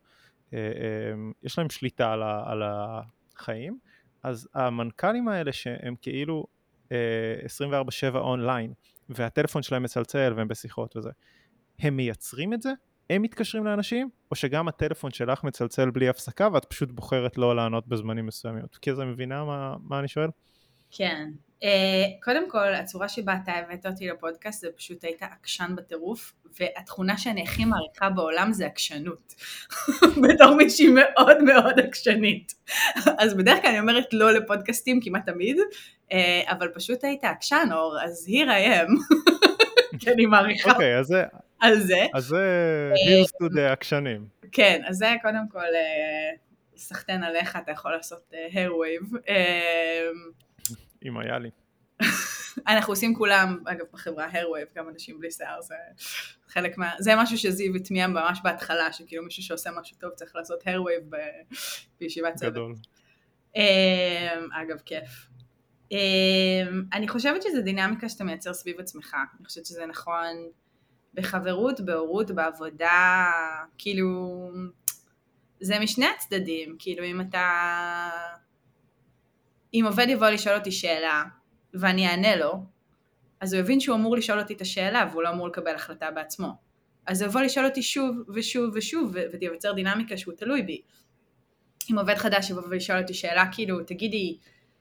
יש להם שליטה על החיים. אז המנכ"לים האלה שהם כאילו 24/7 אונליין, והטלפון שלהם מצלצל והם בשיחות וזה, הם מייצרים את זה? הם מתקשרים לאנשים, או שגם הטלפון שלך מצלצל בלי הפסקה, ואת פשוט בוחרת לא לענות בזמנים מסוימים? כי זה מבינה מה אני שואל? כן. קודם כל, הצורה שבה אתה הבאת אותי לפודקאסט, זה פשוט הייתה עקשן בטירוף, והתכונה שאני הכי מעריכה בעולם זה עקשנות. בתור מישהי מאוד מאוד עקשנית. אז בדרך כלל אני אומרת לא לפודקאסטים כמעט תמיד, אבל פשוט היית עקשן, אור, אז here I am. כי אני מעריכה. אוקיי, אז זה... על זה. אז זה here's to the עקשנים. כן, אז זה קודם כל סחטן עליך, אתה יכול לעשות hair wave. אם היה לי. אנחנו עושים כולם, אגב בחברה hair wave, גם אנשים בלי שיער, זה חלק זה משהו שזיו הטמיע ממש בהתחלה, שכאילו מישהו שעושה משהו טוב צריך לעשות hair wave בישיבת צוות. גדול. אגב, כיף. אני חושבת שזה דינמיקה שאתה מייצר סביב עצמך, אני חושבת שזה נכון בחברות, בהורות, בעבודה, כאילו, זה משני הצדדים, כאילו אם עובד יבוא לשאול אותי שאלה, ואני אענה לו, אז הוא הבין שהוא אמור לשאול אותי את השאלה, והוא לא אמור לקבל החלטה בעצמו. אז הוא יבוא לשאול אותי שוב ושוב ושוב, ותיווצר דינמיקה שהוא תלוי בי. אם עובד חדש יבוא ולשאול אותי שאלה, כאילו, תגידי,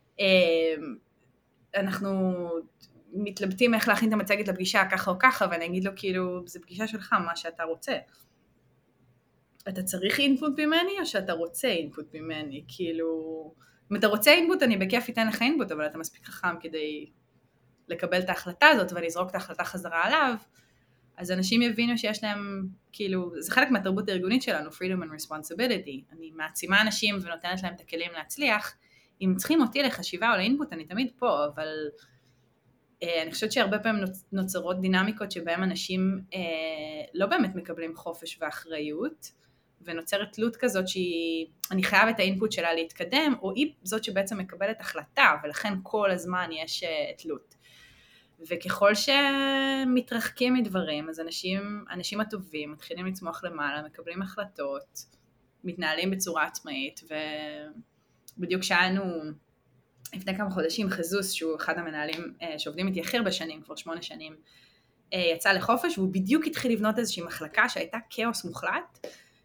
אנחנו מתלבטים איך להכין את המצגת לפגישה ככה או ככה, ואני אגיד לו, כאילו, זה פגישה שלך, מה שאתה רוצה. אתה צריך אינפוט ממני, או שאתה רוצה אינפוט ממני? כאילו, אם אתה רוצה אינפוט, אני בכיף אתן לך אינפוט, אבל אתה מספיק חכם כדי לקבל את ההחלטה הזאת, ואני אזרוק את ההחלטה חזרה עליו, אז אנשים יבינו שיש להם, כאילו, זה חלק מהתרבות הארגונית שלנו, freedom and responsibility. אני מעצימה אנשים ונותנת להם את הכלים להצליח. אם צריכים אותי לחשיבה או לאינפוט, אני תמיד פה, אבל אני חושבת שהרבה פעמים נוצרות דינמיקות שבהם אנשים לא באמת מקבלים חופש ואחריות, ונוצרת תלות כזאת שאני חייב את האינפוט שלה להתקדם, או היא זאת שבעצם מקבלת החלטה, ולכן כל הזמן יש תלות. וככל שמתרחקים מדברים, אז אנשים הטובים מתחילים לצמוח למעלה, מקבלים החלטות, מתנהלים בצורה עצמאית, ובדיוק שאלנו לפני כמה חודשים, חזוס, שהוא אחד המנהלים שעובדים איתי הכי הרבה שנים, כבר 8 שנים, יצא לחופש, והוא בדיוק התחיל לבנות איזושהי מחלקה שהייתה כאוס מוחלט,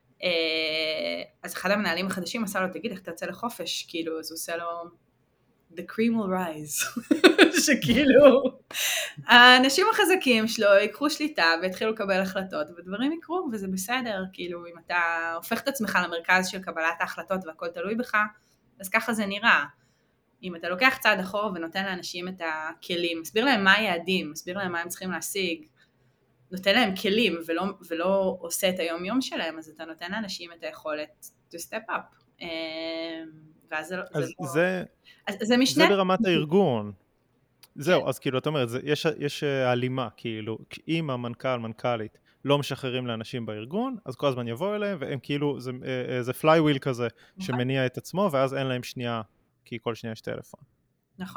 אז אחד המנהלים החדשים עשה לו, תגיד, איך אתה יוצא לחופש? כאילו, אז הוא עושה לו, the cream will rise, שכאילו, האנשים החזקים שלו ייקחו שליטה והתחילו לקבל החלטות, ודברים יקרו, וזה בסדר, כאילו, אם אתה הופך את עצמך למרכז של קבלת ההחלטות והכל תלוי בך, אז ככה זה נראה. אם אתה לוקח צעד אחורה ונותן לאנשים את הכלים, מסביר להם מה היעדים, מסביר להם מה הם צריכים להשיג, נותן להם כלים ולא עושה את היום יום שלהם, אז אתה נותן לאנשים את היכולת to step up. ואז זה משנה. זה ברמת הארגון. זהו, אז כאילו, אתה אומר, יש הלימה, כאילו, אם המנכ"ל, מנכ"לית, לא משחררים לאנשים בארגון, אז כל הזמן יבואו אליהם, והם כאילו, זה flywheel כזה, שמניע את עצמו, ואז אין להם שנייה, כי כל שנייה יש טלפון. נכון.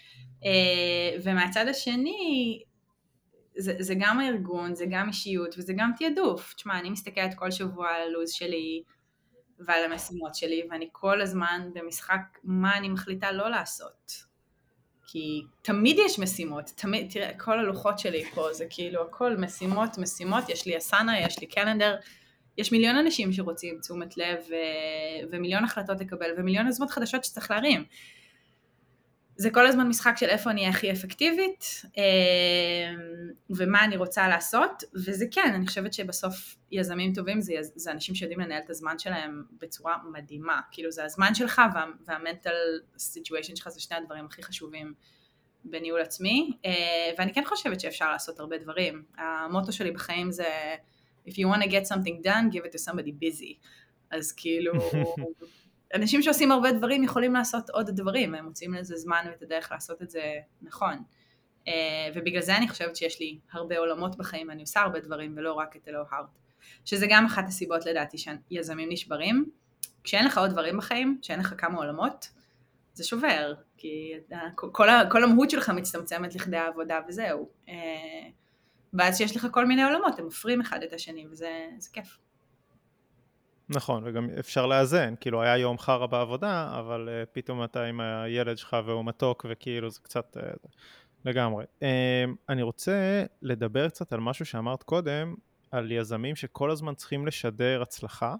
ומהצד השני, זה גם הארגון, זה גם אישיות, וזה גם תיעדוף. תשמע, אני מסתכלת כל שבוע על הלוז שלי, ועל המשימות שלי, ואני כל הזמן במשחק מה אני מחליטה לא לעשות. כי תמיד יש משימות, תמיד, תראה, כל הלוחות שלי פה זה כאילו הכל משימות, יש לי אסנה, יש לי קלנדר, יש מיליון אנשים שרוצים תשומת לב ומיליון החלטות לקבל ומיליון יוזמות חדשות שצריך להרים. זה כל הזמן משחק של איפה אני הכי אפקטיבית ומה אני רוצה לעשות, וזה כן, אני חושבת שבסוף יזמים טובים זה אנשים שיודעים לנהל את הזמן שלהם בצורה מדהימה, כאילו זה הזמן שלך והמנטל סיטואשן שלך זה שני הדברים הכי חשובים בניהול עצמי, ואני כן חושבת שאפשר לעשות הרבה דברים. המוטו שלי בחיים זה if you want to get something done, give it to somebody busy. אז כאילו אנשים שעושים הרבה דברים יכולים לעשות עוד דברים, הם מוצאים לזה זמן ואת הדרך לעשות את זה נכון. ובגלל זה אני חושבת שיש לי הרבה עולמות בחיים, אני עושה הרבה דברים ולא רק את אלו הארט. שזה גם אחת הסיבות לדעתי שיזמים נשברים. כשאין לך עוד דברים בחיים, כשאין לך כמה עולמות, זה שובר, כי כל המהות שלך מצטמצמת לכדי העבודה וזהו. ואז שיש לך כל מיני עולמות, הם מפרים אחד את השני וזה כיף. נכון, וגם אפשר לאזן, כאילו היה יום חרה בעבודה, אבל פתאום אתה עם הילד שלך והוא מתוק, וכאילו זה קצת לגמרי. אני רוצה לדבר קצת על משהו שאמרת קודם, על יזמים שכל הזמן צריכים לשדר הצלחה,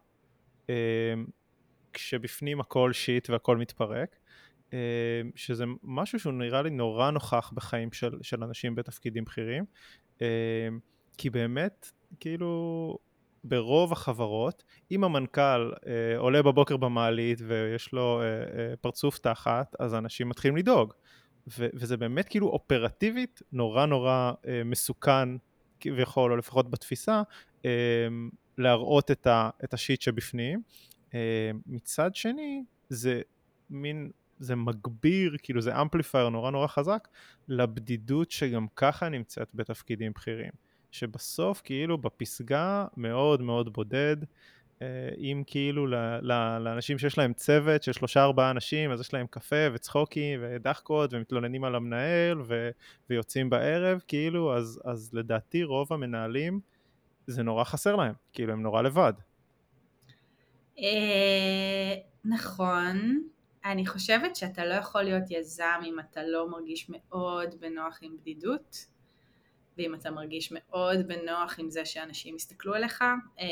כשבפנים הכל שיט והכל מתפרק, שזה משהו שהוא נראה לי נורא נוכח בחיים של אנשים בתפקידים בכירים, כי באמת, כאילו, ברוב החברות, אם המנכ"ל עולה בבוקר במעלית ויש לו פרצוף תחת, אז אנשים מתחילים לדאוג. וזה באמת כאילו אופרטיבית נורא נורא מסוכן, ויכול, או לפחות בתפיסה, להראות את השיט שבפנים. מצד שני, זה מגביר, כאילו זה אמפליפייר נורא נורא חזק, לבדידות שגם ככה נמצאת בתפקידים בכירים. שבסוף כאילו בפסגה מאוד מאוד בודד, אם כאילו לאנשים שיש להם צוות של 3-4 אנשים, אז יש להם קפה וצחוקי ודחקות ומתלוננים על המנהל ויוצאים בערב, כאילו, אז לדעתי רוב המנהלים זה נורא חסר להם, כאילו הם נורא לבד. נכון, אני חושבת שאתה לא יכול להיות יזם אם אתה לא מרגיש מאוד בנוח עם בדידות, ואם אתה מרגיש מאוד בנוח עם זה שאנשים יסתכלו עליך,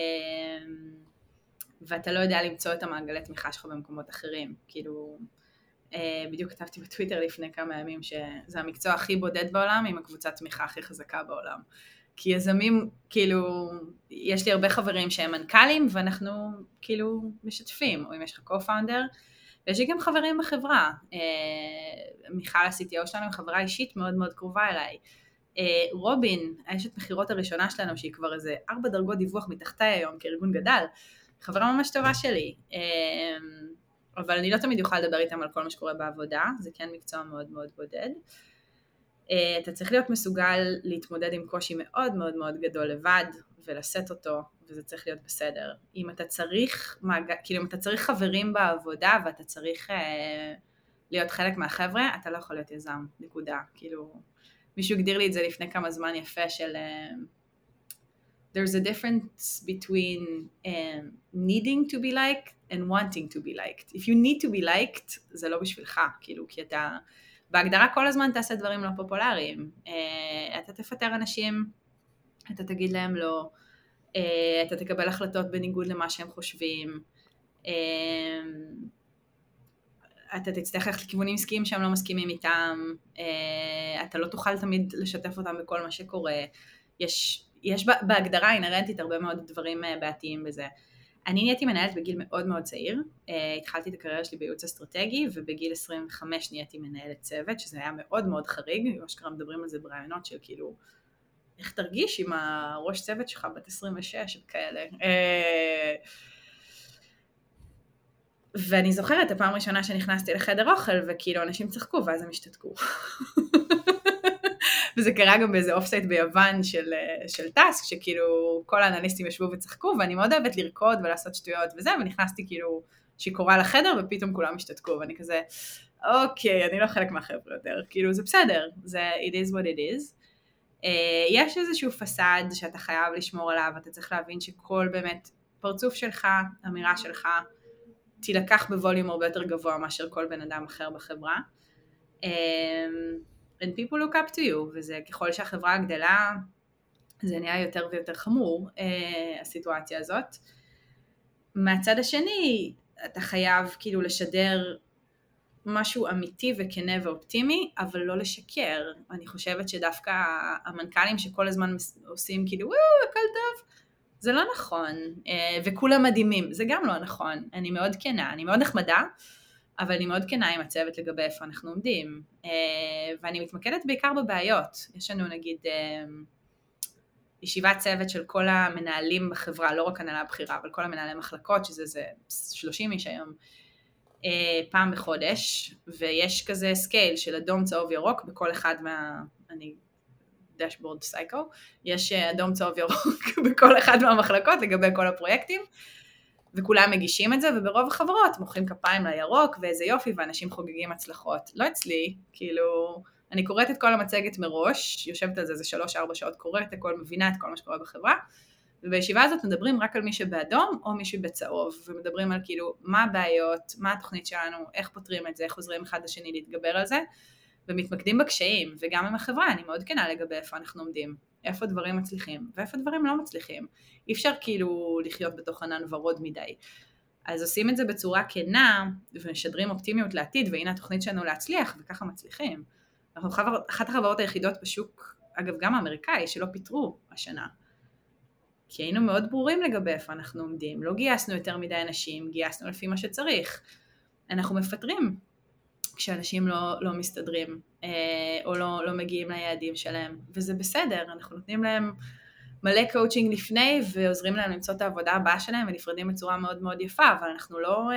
ואתה לא יודע למצוא את המעגלי תמיכה שלך במקומות אחרים. כאילו, בדיוק כתבתי בטוויטר לפני כמה ימים שזה המקצוע הכי בודד בעולם עם הקבוצת תמיכה הכי חזקה בעולם. כי יזמים, כאילו, יש לי הרבה חברים שהם מנכ"לים ואנחנו כאילו משתפים, או אם יש לך co-founder, ויש לי גם חברים בחברה. מיכל ה-CTO שלנו היא חברה אישית מאוד מאוד קרובה אליי. רובין, האשת מחירות הראשונה שלנו, שהיא כבר איזה 4 דרגות דיווח מתחתיי היום כארגון גדל, חברה ממש טובה שלי. אבל אני לא תמיד אוכל לדבר איתם על כל מה שקורה בעבודה, זה כן מקצוע מאוד מאוד בודד. אתה צריך להיות מסוגל להתמודד עם קושי מאוד מאוד מאוד גדול לבד, ולשאת אותו, וזה צריך להיות בסדר. אם אתה צריך, כאילו אם אתה צריך חברים בעבודה, ואתה צריך להיות חלק מהחבר'ה, אתה לא יכול להיות יזם, נקודה. כאילו, מישהו הגדיר לי את זה לפני כמה זמן יפה של... There's a difference between needing to be liked and wanting to be liked. If you need to be liked, זה לא בשבילך, כאילו, כי אתה... בהגדרה כל הזמן תעשה דברים לא פופולריים. אתה תפטר אנשים, אתה תגיד להם לא, אתה תקבל החלטות בניגוד למה שהם חושבים, אתה תצטרך ללכת לכיוונים עסקיים שהם לא מסכימים איתם, אתה לא תוכל תמיד לשתף אותם בכל מה שקורה. יש בהגדרה אינרנטית הרבה מאוד דברים בעתיים בזה. אני נהייתי מנהלת בגיל מאוד מאוד צעיר, התחלתי את הקריירה שלי בייעוץ אסטרטגי, ובגיל 25 נהייתי מנהלת צוות, שזה היה מאוד מאוד חריג, מה שקרה מדברים על זה ברעיונות של כאילו, איך תרגיש עם הראש צוות שלך בת 26 וכאלה. ואני זוכרת, הפעם הראשונה שנכנסתי לחדר אוכל, וכאילו אנשים צחקו, ואז הם השתתקו. וזה קרה גם באיזה אופסייט ביוון של טאסק, שכאילו כל האנליסטים ישבו וצחקו, ואני מאוד אוהבת לרקוד ולעשות שטויות וזה, ונכנסתי כאילו שיכורה לחדר, ופתאום כולם השתתקו, ואני כזה, אוקיי, אני לא חלק מהחבר'ה יותר, כאילו זה בסדר, זה it is what it is. יש איזשהו פסד שאתה חייב לשמור עליו, אתה צריך להבין שכל באמת פרצוף שלך, אמירה שלך, תילקח בווליום הרבה יותר גבוה מאשר כל בן אדם אחר בחברה. And people look up to you, וזה ככל שהחברה גדלה, זה נהיה יותר ויותר חמור, הסיטואציה הזאת. מהצד השני, אתה חייב כאילו לשדר משהו אמיתי וכנה ואופטימי, אבל לא לשקר. אני חושבת שדווקא המנכ"לים שכל הזמן עושים כאילו, הכל טוב, זה לא נכון, וכולם מדהימים, זה גם לא נכון. אני מאוד כנה, אני מאוד נחמדה, אבל אני מאוד כנה עם הצוות לגבי איפה אנחנו עומדים, ואני מתמקדת בעיקר בבעיות. יש לנו נגיד ישיבת צוות של כל המנהלים בחברה, לא רק הנהלה הבכירה, אבל כל המנהלי מחלקות, שזה 30 איש היום, פעם בחודש, ויש כזה סקייל של אדום, צהוב, ירוק, בכל אחד אני דשבורד סייקו, יש אדום, צהוב, ירוק בכל אחד מהמחלקות לגבי כל הפרויקטים, וכולם מגישים את זה, וברוב החברות מוחאים כפיים לירוק, ואיזה יופי, ואנשים חוגגים הצלחות. לא אצלי, כאילו, אני קוראת את כל המצגת מראש, יושבת על זה 3-4 שעות, קוראת הכל, מבינה את כל מה שקורה בחברה, ובישיבה הזאת מדברים רק על מי שבאדום, או מי שבצהוב, ומדברים על כאילו, מה הבעיות, מה התוכנית שלנו, איך פותרים את זה, איך עוזרים אחד לשני להתגבר על זה, ומתמקדים בקשיים, וגם עם החברה, אני מאוד כנה לגבי איפה אנחנו עומדים, איפה דברים מצליחים, ואיפה דברים לא מצליחים. אי אפשר כאילו לחיות בתוך ענן ורוד מדי. אז עושים את זה בצורה כנה, ומשדרים אופטימיות לעתיד, והנה התוכנית שלנו להצליח, וככה מצליחים. אנחנו אחת החברות היחידות בשוק, אגב גם האמריקאי, שלא פיתרו השנה. כי היינו מאוד ברורים לגבי איפה אנחנו עומדים, לא גייסנו יותר מדי אנשים, גייסנו לפי מה שצריך. אנחנו מפטרים כשאנשים לא מסתדרים, או לא מגיעים ליעדים שלהם, וזה בסדר, אנחנו נותנים להם מלא קואוצ'ינג לפני, ועוזרים להם למצוא את העבודה הבאה שלהם, ונפרדים בצורה מאוד מאוד יפה, אבל אנחנו לא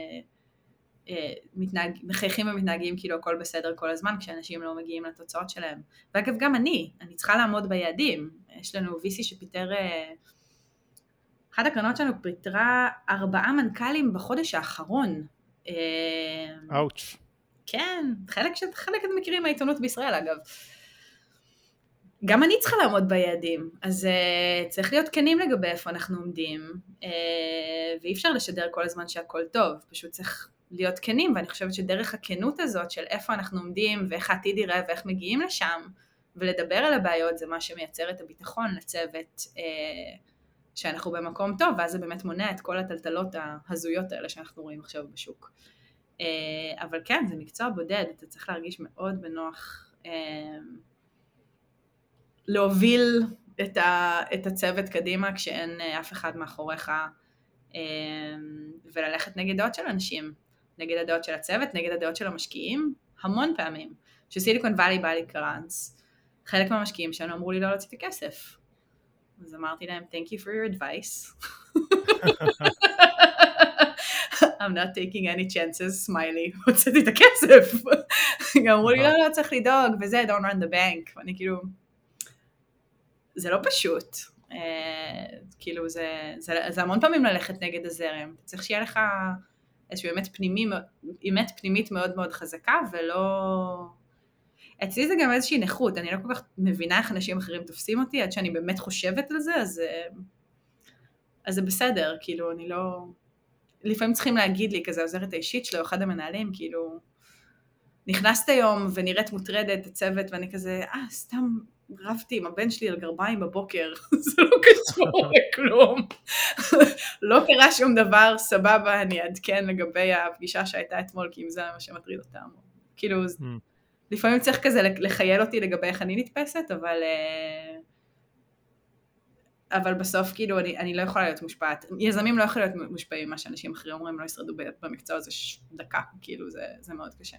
מחייכים ומתנהגים כאילו הכל בסדר כל הזמן, כשאנשים לא מגיעים לתוצאות שלהם. ואגב גם אני צריכה לעמוד ביעדים, יש לנו VC שפיטר, אחת הקרנות שלנו פיטרה 4 מנכ"לים בחודש האחרון. אאוץ'. כן, חלק אתם מכירים מהעיתונות בישראל אגב. גם אני צריכה לעמוד ביעדים, אז צריך להיות כנים לגבי איפה אנחנו עומדים, ואי אפשר לשדר כל הזמן שהכל טוב, פשוט צריך להיות כנים, ואני חושבת שדרך הכנות הזאת של איפה אנחנו עומדים ואיך העתיד יראה ואיך מגיעים לשם, ולדבר על הבעיות זה מה שמייצר את הביטחון לצוות שאנחנו במקום טוב, ואז זה באמת מונע את כל הטלטלות ההזויות האלה שאנחנו רואים עכשיו בשוק. אבל כן, זה מקצוע בודד, אתה צריך להרגיש מאוד בנוח להוביל את הצוות קדימה כשאין אף אחד מאחוריך, וללכת נגד דעות של אנשים, נגד הדעות של הצוות, נגד הדעות של המשקיעים, המון פעמים. שסיליקון ואלי בא לי קרנס, חלק מהמשקיעים שלנו אמרו לי לא להוציא את הכסף. אז אמרתי להם, thank you for your advice. I'm not taking any chances, smiley, הוצאתי את הכסף. גם אמרו לי, לא צריך לדאוג, וזה, don't run the bank. ואני כאילו, זה לא פשוט. כאילו, זה המון פעמים ללכת נגד הזרם. אתה צריך שיהיה לך איזושהי אמת פנימית מאוד מאוד חזקה, ולא... אצלי זה גם איזושהי נכות, אני לא כל כך מבינה איך אנשים אחרים תופסים אותי, עד שאני באמת חושבת על זה, אז זה בסדר, כאילו, אני לא... לפעמים צריכים להגיד לי, כזה עוזרת האישית שלו, אחד המנהלים, כאילו, נכנסת היום ונראית מוטרדת הצוות, ואני כזה, סתם רבתי עם הבן שלי על גרביים בבוקר, זה לא קשור לכלום. לא קרה שום דבר, סבבה, אני אעדכן לגבי הפגישה שהייתה אתמול, כי אם זה מה שמטריד אותם. כאילו, לפעמים צריך כזה לחייל אותי לגבי איך אני נתפסת, אבל בסוף כאילו אני לא יכולה להיות מושפעת. יזמים לא יכולים להיות מושפעים, מה שאנשים אחרים אומרים, לא ישרדו במקצוע הזה דקה, כאילו זה מאוד קשה.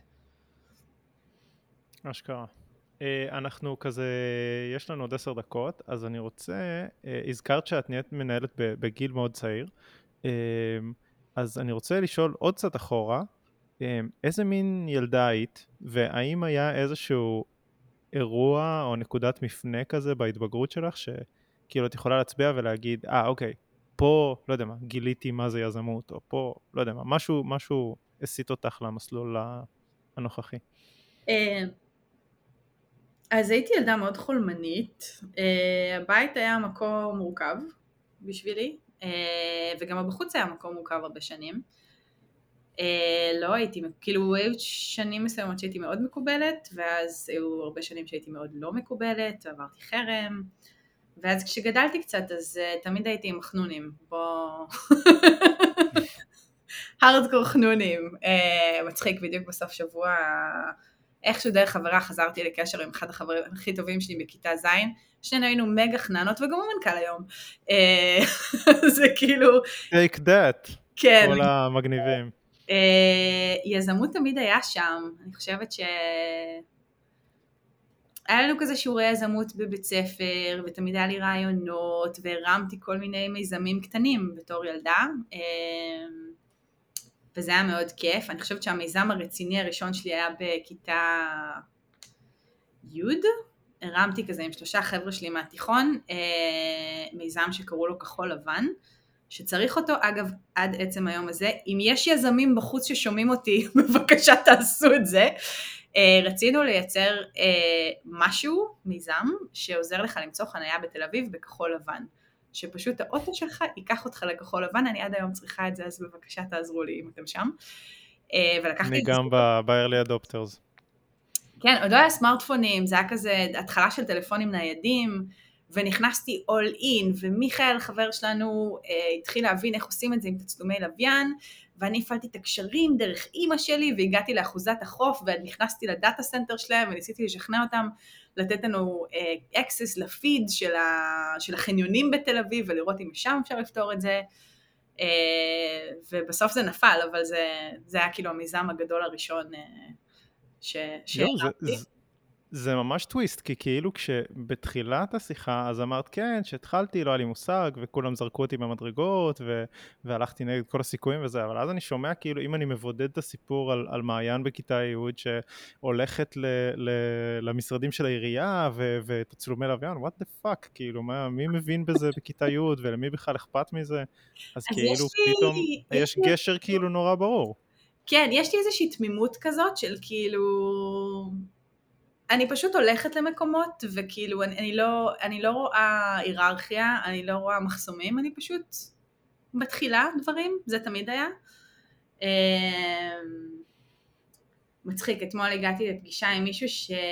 אשכרה. אנחנו כזה, יש לנו עוד 10 דקות, אז אני רוצה, הזכרת שאת נהיית מנהלת בגיל מאוד צעיר, אז אני רוצה לשאול עוד קצת אחורה, איזה מין ילדה היית, והאם היה איזשהו אירוע או נקודת מפנה כזה בהתבגרות שלך, שכאילו את יכולה להצביע ולהגיד, אוקיי, פה, לא יודע מה, גיליתי מה זה יזמות, או פה, לא יודע מה, משהו הסיט אותך למסלול הנוכחי. אז הייתי ילדה מאוד חולמנית, הבית היה מקום מורכב בשבילי, וגם בחוץ היה מקום מורכב הרבה שנים. לא הייתי, כאילו היו שנים מסוימות שהייתי מאוד מקובלת, ואז היו הרבה שנים שהייתי מאוד לא מקובלת, ועברתי חרם, ואז כשגדלתי קצת אז תמיד הייתי עם חנונים, הרדקור חנונים, מצחיק, בדיוק בסוף שבוע, איכשהו דרך חברה חזרתי לקשר עם אחד החברים הכי טובים שלי בכיתה ז', שנינו היינו מגה חננות, וגם הוא מנכ"ל היום, זה כאילו... Take that, כן. כל המגניבים. יזמות תמיד היה שם, אני חושבת היה לנו כזה שיעורי יזמות בבית ספר, ותמיד היה לי רעיונות, והרמתי כל מיני מיזמים קטנים בתור ילדה, וזה היה מאוד כיף. אני חושבת שהמיזם הרציני הראשון שלי היה בכיתה י', הרמתי כזה עם 3 חבר'ה שלי מהתיכון, מיזם שקראו לו כחול לבן, שצריך אותו, אגב, עד עצם היום הזה. אם יש יזמים בחוץ ששומעים אותי, בבקשה תעשו את זה. רצינו לייצר משהו, מיזם, שעוזר לך למצוא חנייה בתל אביב בכחול לבן. שפשוט האוטו שלך ייקח אותך לכחול לבן, אני עד היום צריכה את זה, אז בבקשה תעזרו לי אם אתם שם. אני גם ב-early adopters. כן, עוד לא היה סמארטפונים, זה היה כזה התחלה של טלפונים ניידים, ונכנסתי all in, ומיכאל חבר שלנו התחיל להבין איך עושים את זה עם תצלומי לוויין, ואני הפעלתי את הקשרים דרך אמא שלי, והגעתי לאחוזת החוף, ונכנסתי לדאטה סנטר שלהם, וניסיתי לשכנע אותם לתת לנו access לפיד של החניונים בתל אביב, ולראות אם משם אפשר לפתור את זה, ובסוף זה נפל, אבל זה היה כאילו המיזם הגדול הראשון שהרמתי. זה ממש טוויסט, כי כאילו כשבתחילת השיחה, אז אמרת כן, שהתחלתי, לא היה לי מושג, וכולם זרקו אותי במדרגות, והלכתי נגד כל הסיכויים וזה, אבל אז אני שומע כאילו, אם אני מבודד את הסיפור על מעיין בכיתה י' שהולכת למשרדים של העירייה, ותצלומי לוויין, what the fuck, כאילו, מי מבין בזה בכיתה י' ולמי בכלל אכפת מזה? אז כאילו פתאום יש גשר כאילו נורא ברור. כן, יש לי איזושהי תמימות כזאת של כאילו... אני פשוט הולכת למקומות, וכאילו אני לא רואה היררכיה, אני לא רואה מחסומים, אני פשוט מתחילה דברים, זה תמיד היה. מצחיק, אתמול הגעתי לפגישה עם מישהו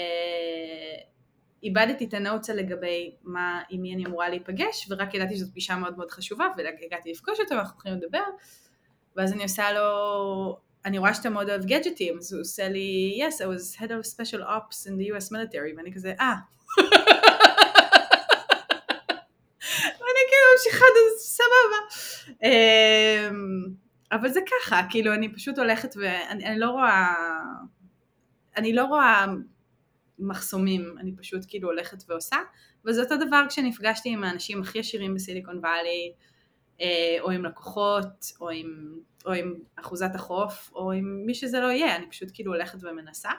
איבדתי את הנוטס לגבי עם מי אני אמורה להיפגש, ורק ידעתי שזאת פגישה מאוד מאוד חשובה, והגעתי לפגוש אותו, ואנחנו הולכים לדבר, ואז אני עושה לו, אני רואה שאתה מאוד אוהב גדג'טים, אז הוא עושה לי, yes, I was head of special ops in the US military, ואני כזה, ואני כאילו ממשיכה, סבבה. אבל זה ככה, כאילו אני פשוט הולכת ואני לא רואה מחסומים, אני פשוט כאילו הולכת ועושה, וזה אותו דבר כשנפגשתי עם האנשים הכי עשירים בסיליקון ואלי, או עם לקוחות, או עם אחוזת החוף, או עם מי שזה לא יהיה, אני פשוט כאילו הולכת ומנסה.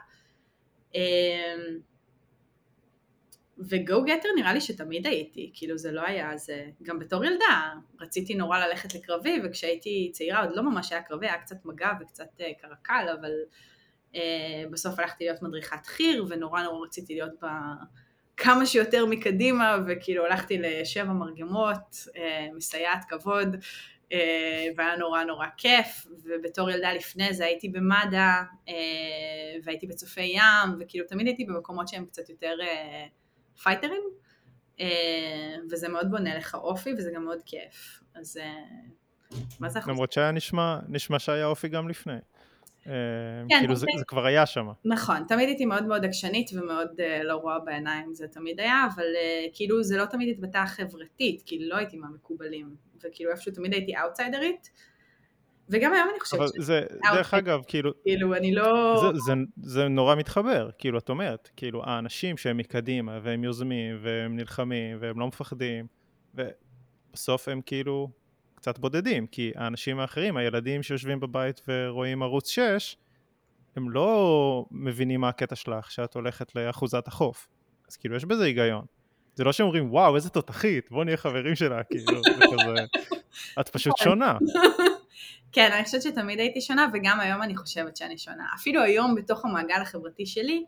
וגו גטר נראה לי שתמיד הייתי, כאילו זה לא היה, זה גם בתור ילדה, רציתי נורא ללכת לקרבי, וכשהייתי צעירה עוד לא ממש היה קרבי, היה קצת מגע וקצת קרקל, אבל בסוף הלכתי להיות מדריכת חיר, ונורא רציתי להיות כמה שיותר מקדימה, וכאילו הלכתי ל7 מרגמות, מסייעת כבוד, והיה נורא כיף, ובתור ילדה לפני זה הייתי במד"א, והייתי בצופי ים, וכאילו תמיד הייתי במקומות שהם קצת יותר פייטרים, וזה מאוד בונה לך אופי, וזה גם מאוד כיף. אז מה זה אחוז? למרות שהיה נשמע שהיה אופי גם לפני. כן, כאילו זה כבר היה שם. נכון, תמיד הייתי מאוד מאוד עקשנית ומאוד לא רואה בעיניים, זה תמיד היה, אבל כאילו זה לא תמיד התבטא חברתית, כאילו לא הייתי מהמקובלים, וכאילו איפשהו תמיד הייתי אאוטסיידרית, וגם היום אני חושבת אבל זה, דרך אגב, כאילו אני לא... זה נורא מתחבר, כאילו את אומרת, כאילו האנשים שהם מקדימה, והם יוזמים, והם נלחמים, והם לא מפחדים, ובסוף הם כאילו קצת בודדים, כי האנשים האחרים, הילדים שיושבים בבית ורואים ערוץ 6, הם לא מבינים מה הקטע שלך, שאת הולכת לאחוזת החוף. אז כאילו יש בזה היגיון. זה לא שאומרים, וואו, איזה תותחית, בוא נהיה חברים שלה, כאילו, וכזה, את פשוט שונה. כן, אני חושבת שתמיד הייתי שונה, וגם היום אני חושבת שאני שונה. אפילו היום בתוך המעגל החברתי שלי,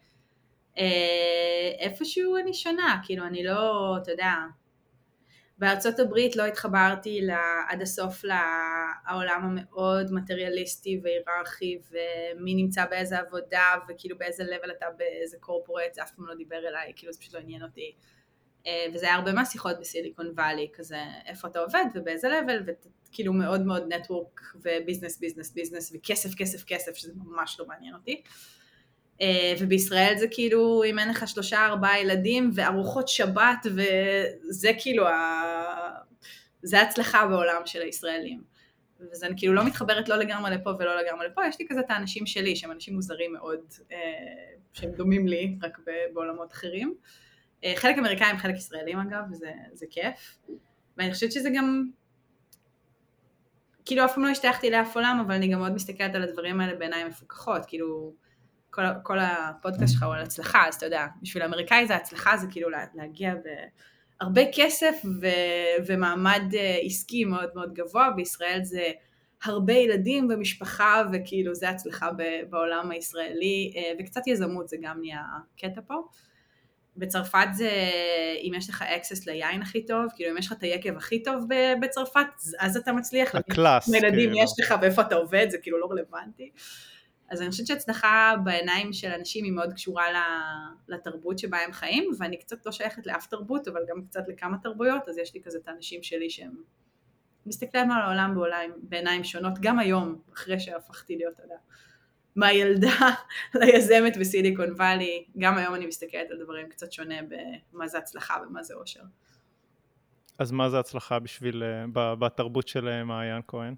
איפשהו אני שונה, כאילו אני לא, אתה יודע, בארצות הברית לא התחברתי עד הסוף לעולם המאוד מטריאליסטי והיררכי, ומי נמצא באיזה עבודה, וכאילו באיזה לבל אתה באיזה קורפורט, זה אף פעם לא דיבר אליי, כאילו זה פשוט לא עניין אותי. וזה היה הרבה מהשיחות בסיליקון ואלי, כזה איפה אתה עובד ובאיזה לבל, וכאילו מאוד מאוד נטוורק וביזנס, וכסף, שזה ממש לא מעניין אותי. ובישראל זה כאילו, אם אין לך 3-4 ילדים וארוחות שבת, וזה כאילו, זה הצלחה בעולם של הישראלים. וזה אני כאילו לא מתחברת לא לגמרי לפה ולא לגמרי לפה, יש לי כזה את האנשים שלי, שהם אנשים מוזרים מאוד, שהם דומים לי, רק בעולמות אחרים. חלק אמריקאים, חלק ישראלים אגב, וזה כיף. ואני חושבת שזה גם, כאילו אף פעם לא השתייכתי לאף עולם, אבל אני גם מאוד מסתכלת על הדברים האלה בעיניים מפוקחות, כאילו, כל הפודקאסט שלך הוא על הצלחה, אז אתה יודע, בשביל האמריקאי זה הצלחה, זה כאילו להגיע בהרבה כסף ומעמד עסקי מאוד מאוד גבוה, בישראל זה הרבה ילדים ומשפחה, וכאילו זה הצלחה בעולם הישראלי, וקצת יזמות זה גם נהיה קטע פה. בצרפת זה, אם יש לך אקסס ליין הכי טוב, כאילו אם יש לך את היקב הכי טוב בצרפת, אז אתה מצליח. הקלאס, כאילו. ילדים כאילו. יש לך ואיפה אתה עובד, זה כאילו לא רלוונטי. אז אני חושבת שהצלחה בעיניים של אנשים היא מאוד קשורה לתרבות שבה הם חיים, ואני קצת לא שייכת לאף תרבות, אבל גם קצת לכמה תרבויות, אז יש לי כזה את האנשים שלי שהם מסתכלים על העולם בעיניים שונות, גם היום, אחרי שהפכתי להיות, אתה יודע, מהילדה ליזמת בסיליקון ואלי, גם היום אני מסתכלת על דברים קצת שונה במה זה הצלחה ומה זה אושר. אז מה זה הצלחה בשביל, בתרבות של מעיין כהן?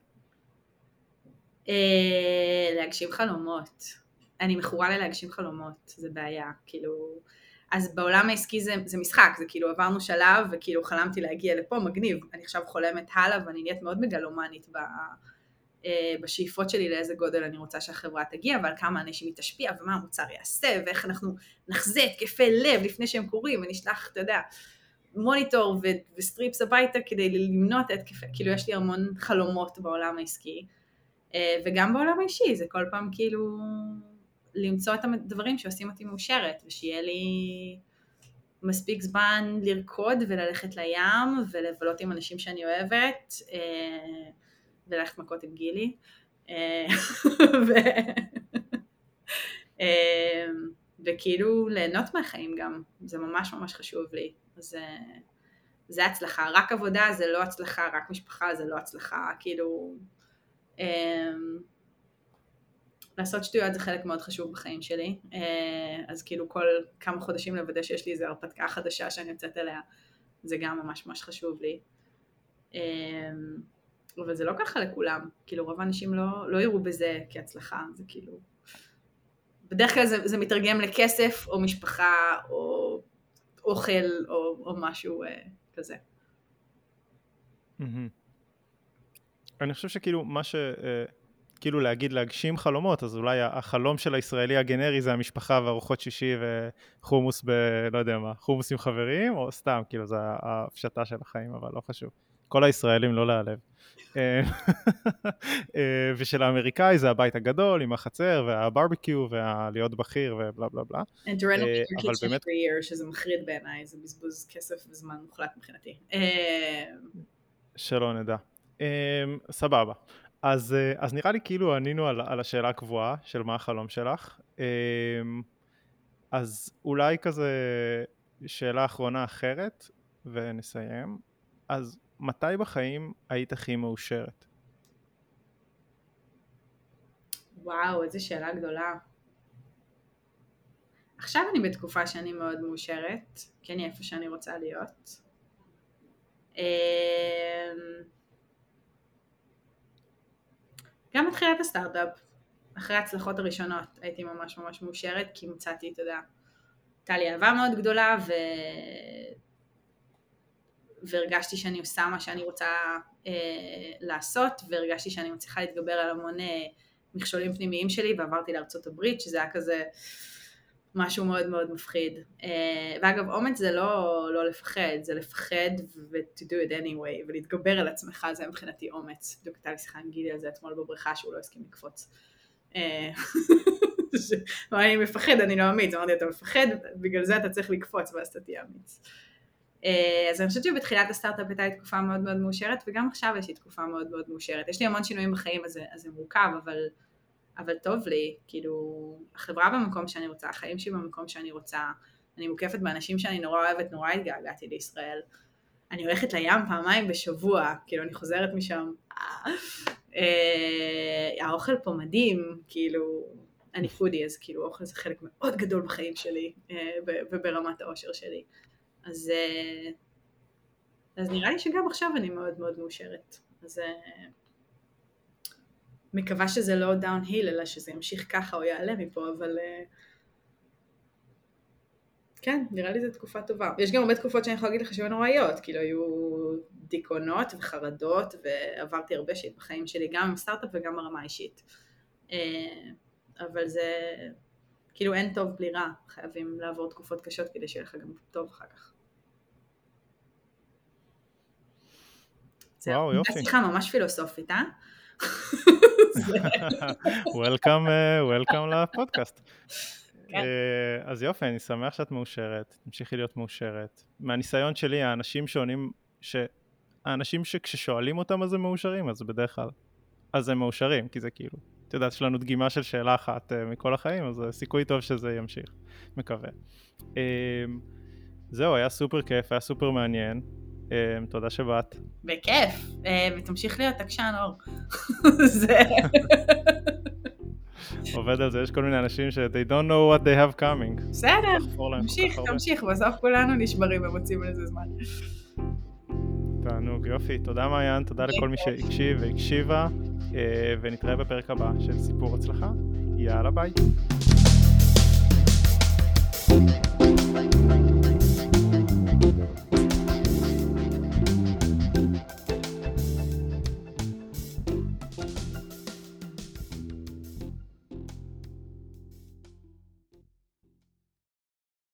להגשים חלומות. אני מכורה ללהגשים חלומות, זה בעיה, כאילו, אז בעולם העסקי זה משחק, זה כאילו עברנו שלב וכאילו חלמתי להגיע לפה, מגניב, אני עכשיו חולמת הלאה ואני נהיית מאוד מגלומנית בשאיפות שלי לאיזה גודל אני רוצה שהחברה תגיע, ועל כמה אנשים היא תשפיע ומה המוצר יעשה, ואיך אנחנו נחזה התקפי לב לפני שהם קורים, ונשלח, אתה יודע, מוניטור וסטריפס הביתה כדי למנוע את התקפי, כאילו יש לי המון חלומות בעולם העסקי, וגם בעולם האישי, זה כל פעם כאילו למצוא את הדברים שעושים אותי מאושרת, ושיהיה לי מספיק זמן לרקוד וללכת לים, ולבלות עם אנשים שאני אוהבת, וללכת מכות עם גילי, וכאילו ליהנות מהחיים גם, זה ממש ממש חשוב לי. אז זה הצלחה, רק עבודה זה לא הצלחה, רק משפחה זה לא הצלחה, כאילו לעשות שטויות זה חלק מאוד חשוב בחיים שלי, אז כאילו כל כמה חודשים לוודא שיש לי איזו הרפתקה חדשה שאני יוצאת אליה, זה גם ממש ממש חשוב לי. אבל זה לא ככה לכולם, כאילו רוב האנשים לא יראו בזה כהצלחה, זה כאילו, בדרך כלל זה מתרגם לכסף או משפחה או אוכל או משהו כזה. אני חושב שכאילו מה כאילו להגיד להגשים חלומות, אז אולי החלום של הישראלי הגנרי זה המשפחה וארוחות שישי וחומוס לא יודע מה, חומוס עם חברים, או סתם, כאילו זה הפשטה של החיים, אבל לא חשוב. כל הישראלים לא להיעלב. ושל האמריקאי זה הבית הגדול עם החצר והברבקיו והלהיות בכיר ובלה בלה בלה. And to run a kitchen every year, שזה מחריד בעיניי, זה בזבוז כסף וזמן מוחלט מבחינתי. שלא נדע. סבבה. אז נראה לי כאילו ענינו על השאלה הקבועה של מה החלום שלך. אז אולי כזה שאלה אחרונה אחרת ונסיים. אז מתי בחיים היית הכי מאושרת? וואו, איזו שאלה גדולה. עכשיו אני בתקופה שאני מאוד מאושרת, כי אני איפה שאני רוצה להיות. גם בתחילת הסטארט-אפ, אחרי ההצלחות הראשונות, הייתי ממש ממש מאושרת, כי מצאתי, אתה יודע, הייתה לי אהבה מאוד גדולה, והרגשתי שאני עושה מה שאני רוצה לעשות, והרגשתי שאני מצליחה להתגבר על המון מכשולים פנימיים שלי, ועברתי לארצות הברית, שזה היה כזה משהו מאוד מאוד מפחיד. ואגב, אומץ זה לא לפחד, זה לפחד ו-to do it anyway, ולהתגבר על עצמך, זה מבחינתי אומץ. בדיוק הייתה לי שיחה עם גילי על זה אתמול בבריכה, שהוא לא הסכים לקפוץ. אני מפחד, אני לא אמיץ, אמרתי, אתה מפחד, בגלל זה אתה צריך לקפוץ, ואז אתה תהיה אמיץ. אז אני חושבת שבתחילת הסטארט-אפ הייתה לי תקופה מאוד מאוד מאושרת, וגם עכשיו יש לי תקופה מאוד מאוד מאושרת. יש לי המון שינויים בחיים, אז זה מורכב, אבל טוב לי, כאילו, החברה במקום שאני רוצה, החיים שלי במקום שאני רוצה, אני מוקפת באנשים שאני נורא אוהבת, נורא התגעגעתי לישראל. אני הולכת לים פעמיים בשבוע, כאילו אני חוזרת משם. האוכל פה מדהים, כאילו, אני פודי, אז כאילו אוכל זה חלק מאוד גדול בחיים שלי, וברמת האושר שלי. אז נראה לי שגם עכשיו אני מאוד מאוד מאושרת. אז מקווה שזה לא דאון-היל, אלא שזה ימשיך ככה או יעלה מפה, אבל כן, נראה לי זו תקופה טובה. יש גם הרבה תקופות שאני יכולה להגיד לך שהיו נוראיות, כאילו היו דיכאונות וחרדות, ועברתי הרבה שיט בחיים שלי, גם עם סטארט-אפ וגם ברמה אישית. אבל זה, כאילו אין טוב בלי רע, חייבים לעבור תקופות קשות כדי שיהיה לך גם טוב אחר כך. וואו, יופי. זו שיחה ממש פילוסופית, וולקאם לפודקאסט. אז יופי, אני שמח שאת מאושרת, תמשיכי להיות מאושרת. מהניסיון שלי, האנשים שכששואלים אותם אז הם מאושרים, אז בדרך כלל, אז הם מאושרים, כי זה כאילו, אתה יודע, יש לנו דגימה של שאלה אחת מכל החיים, אז סיכוי טוב שזה ימשיך, מקווה. זהו, היה סופר כיף, היה סופר מעניין. תודה שבאת. בכיף, ותמשיך להיות עקשן אור. עובד על זה, יש כל מיני אנשים they don't know what they have coming. בסדר, תמשיך, בסוף כולנו נשברים ומוצאים לזה זמן. תענוג, יופי, תודה מעיין, תודה לכל מי שהקשיב והקשיבה, ונתראה בפרק הבא של סיפור הצלחה. יאללה ביי.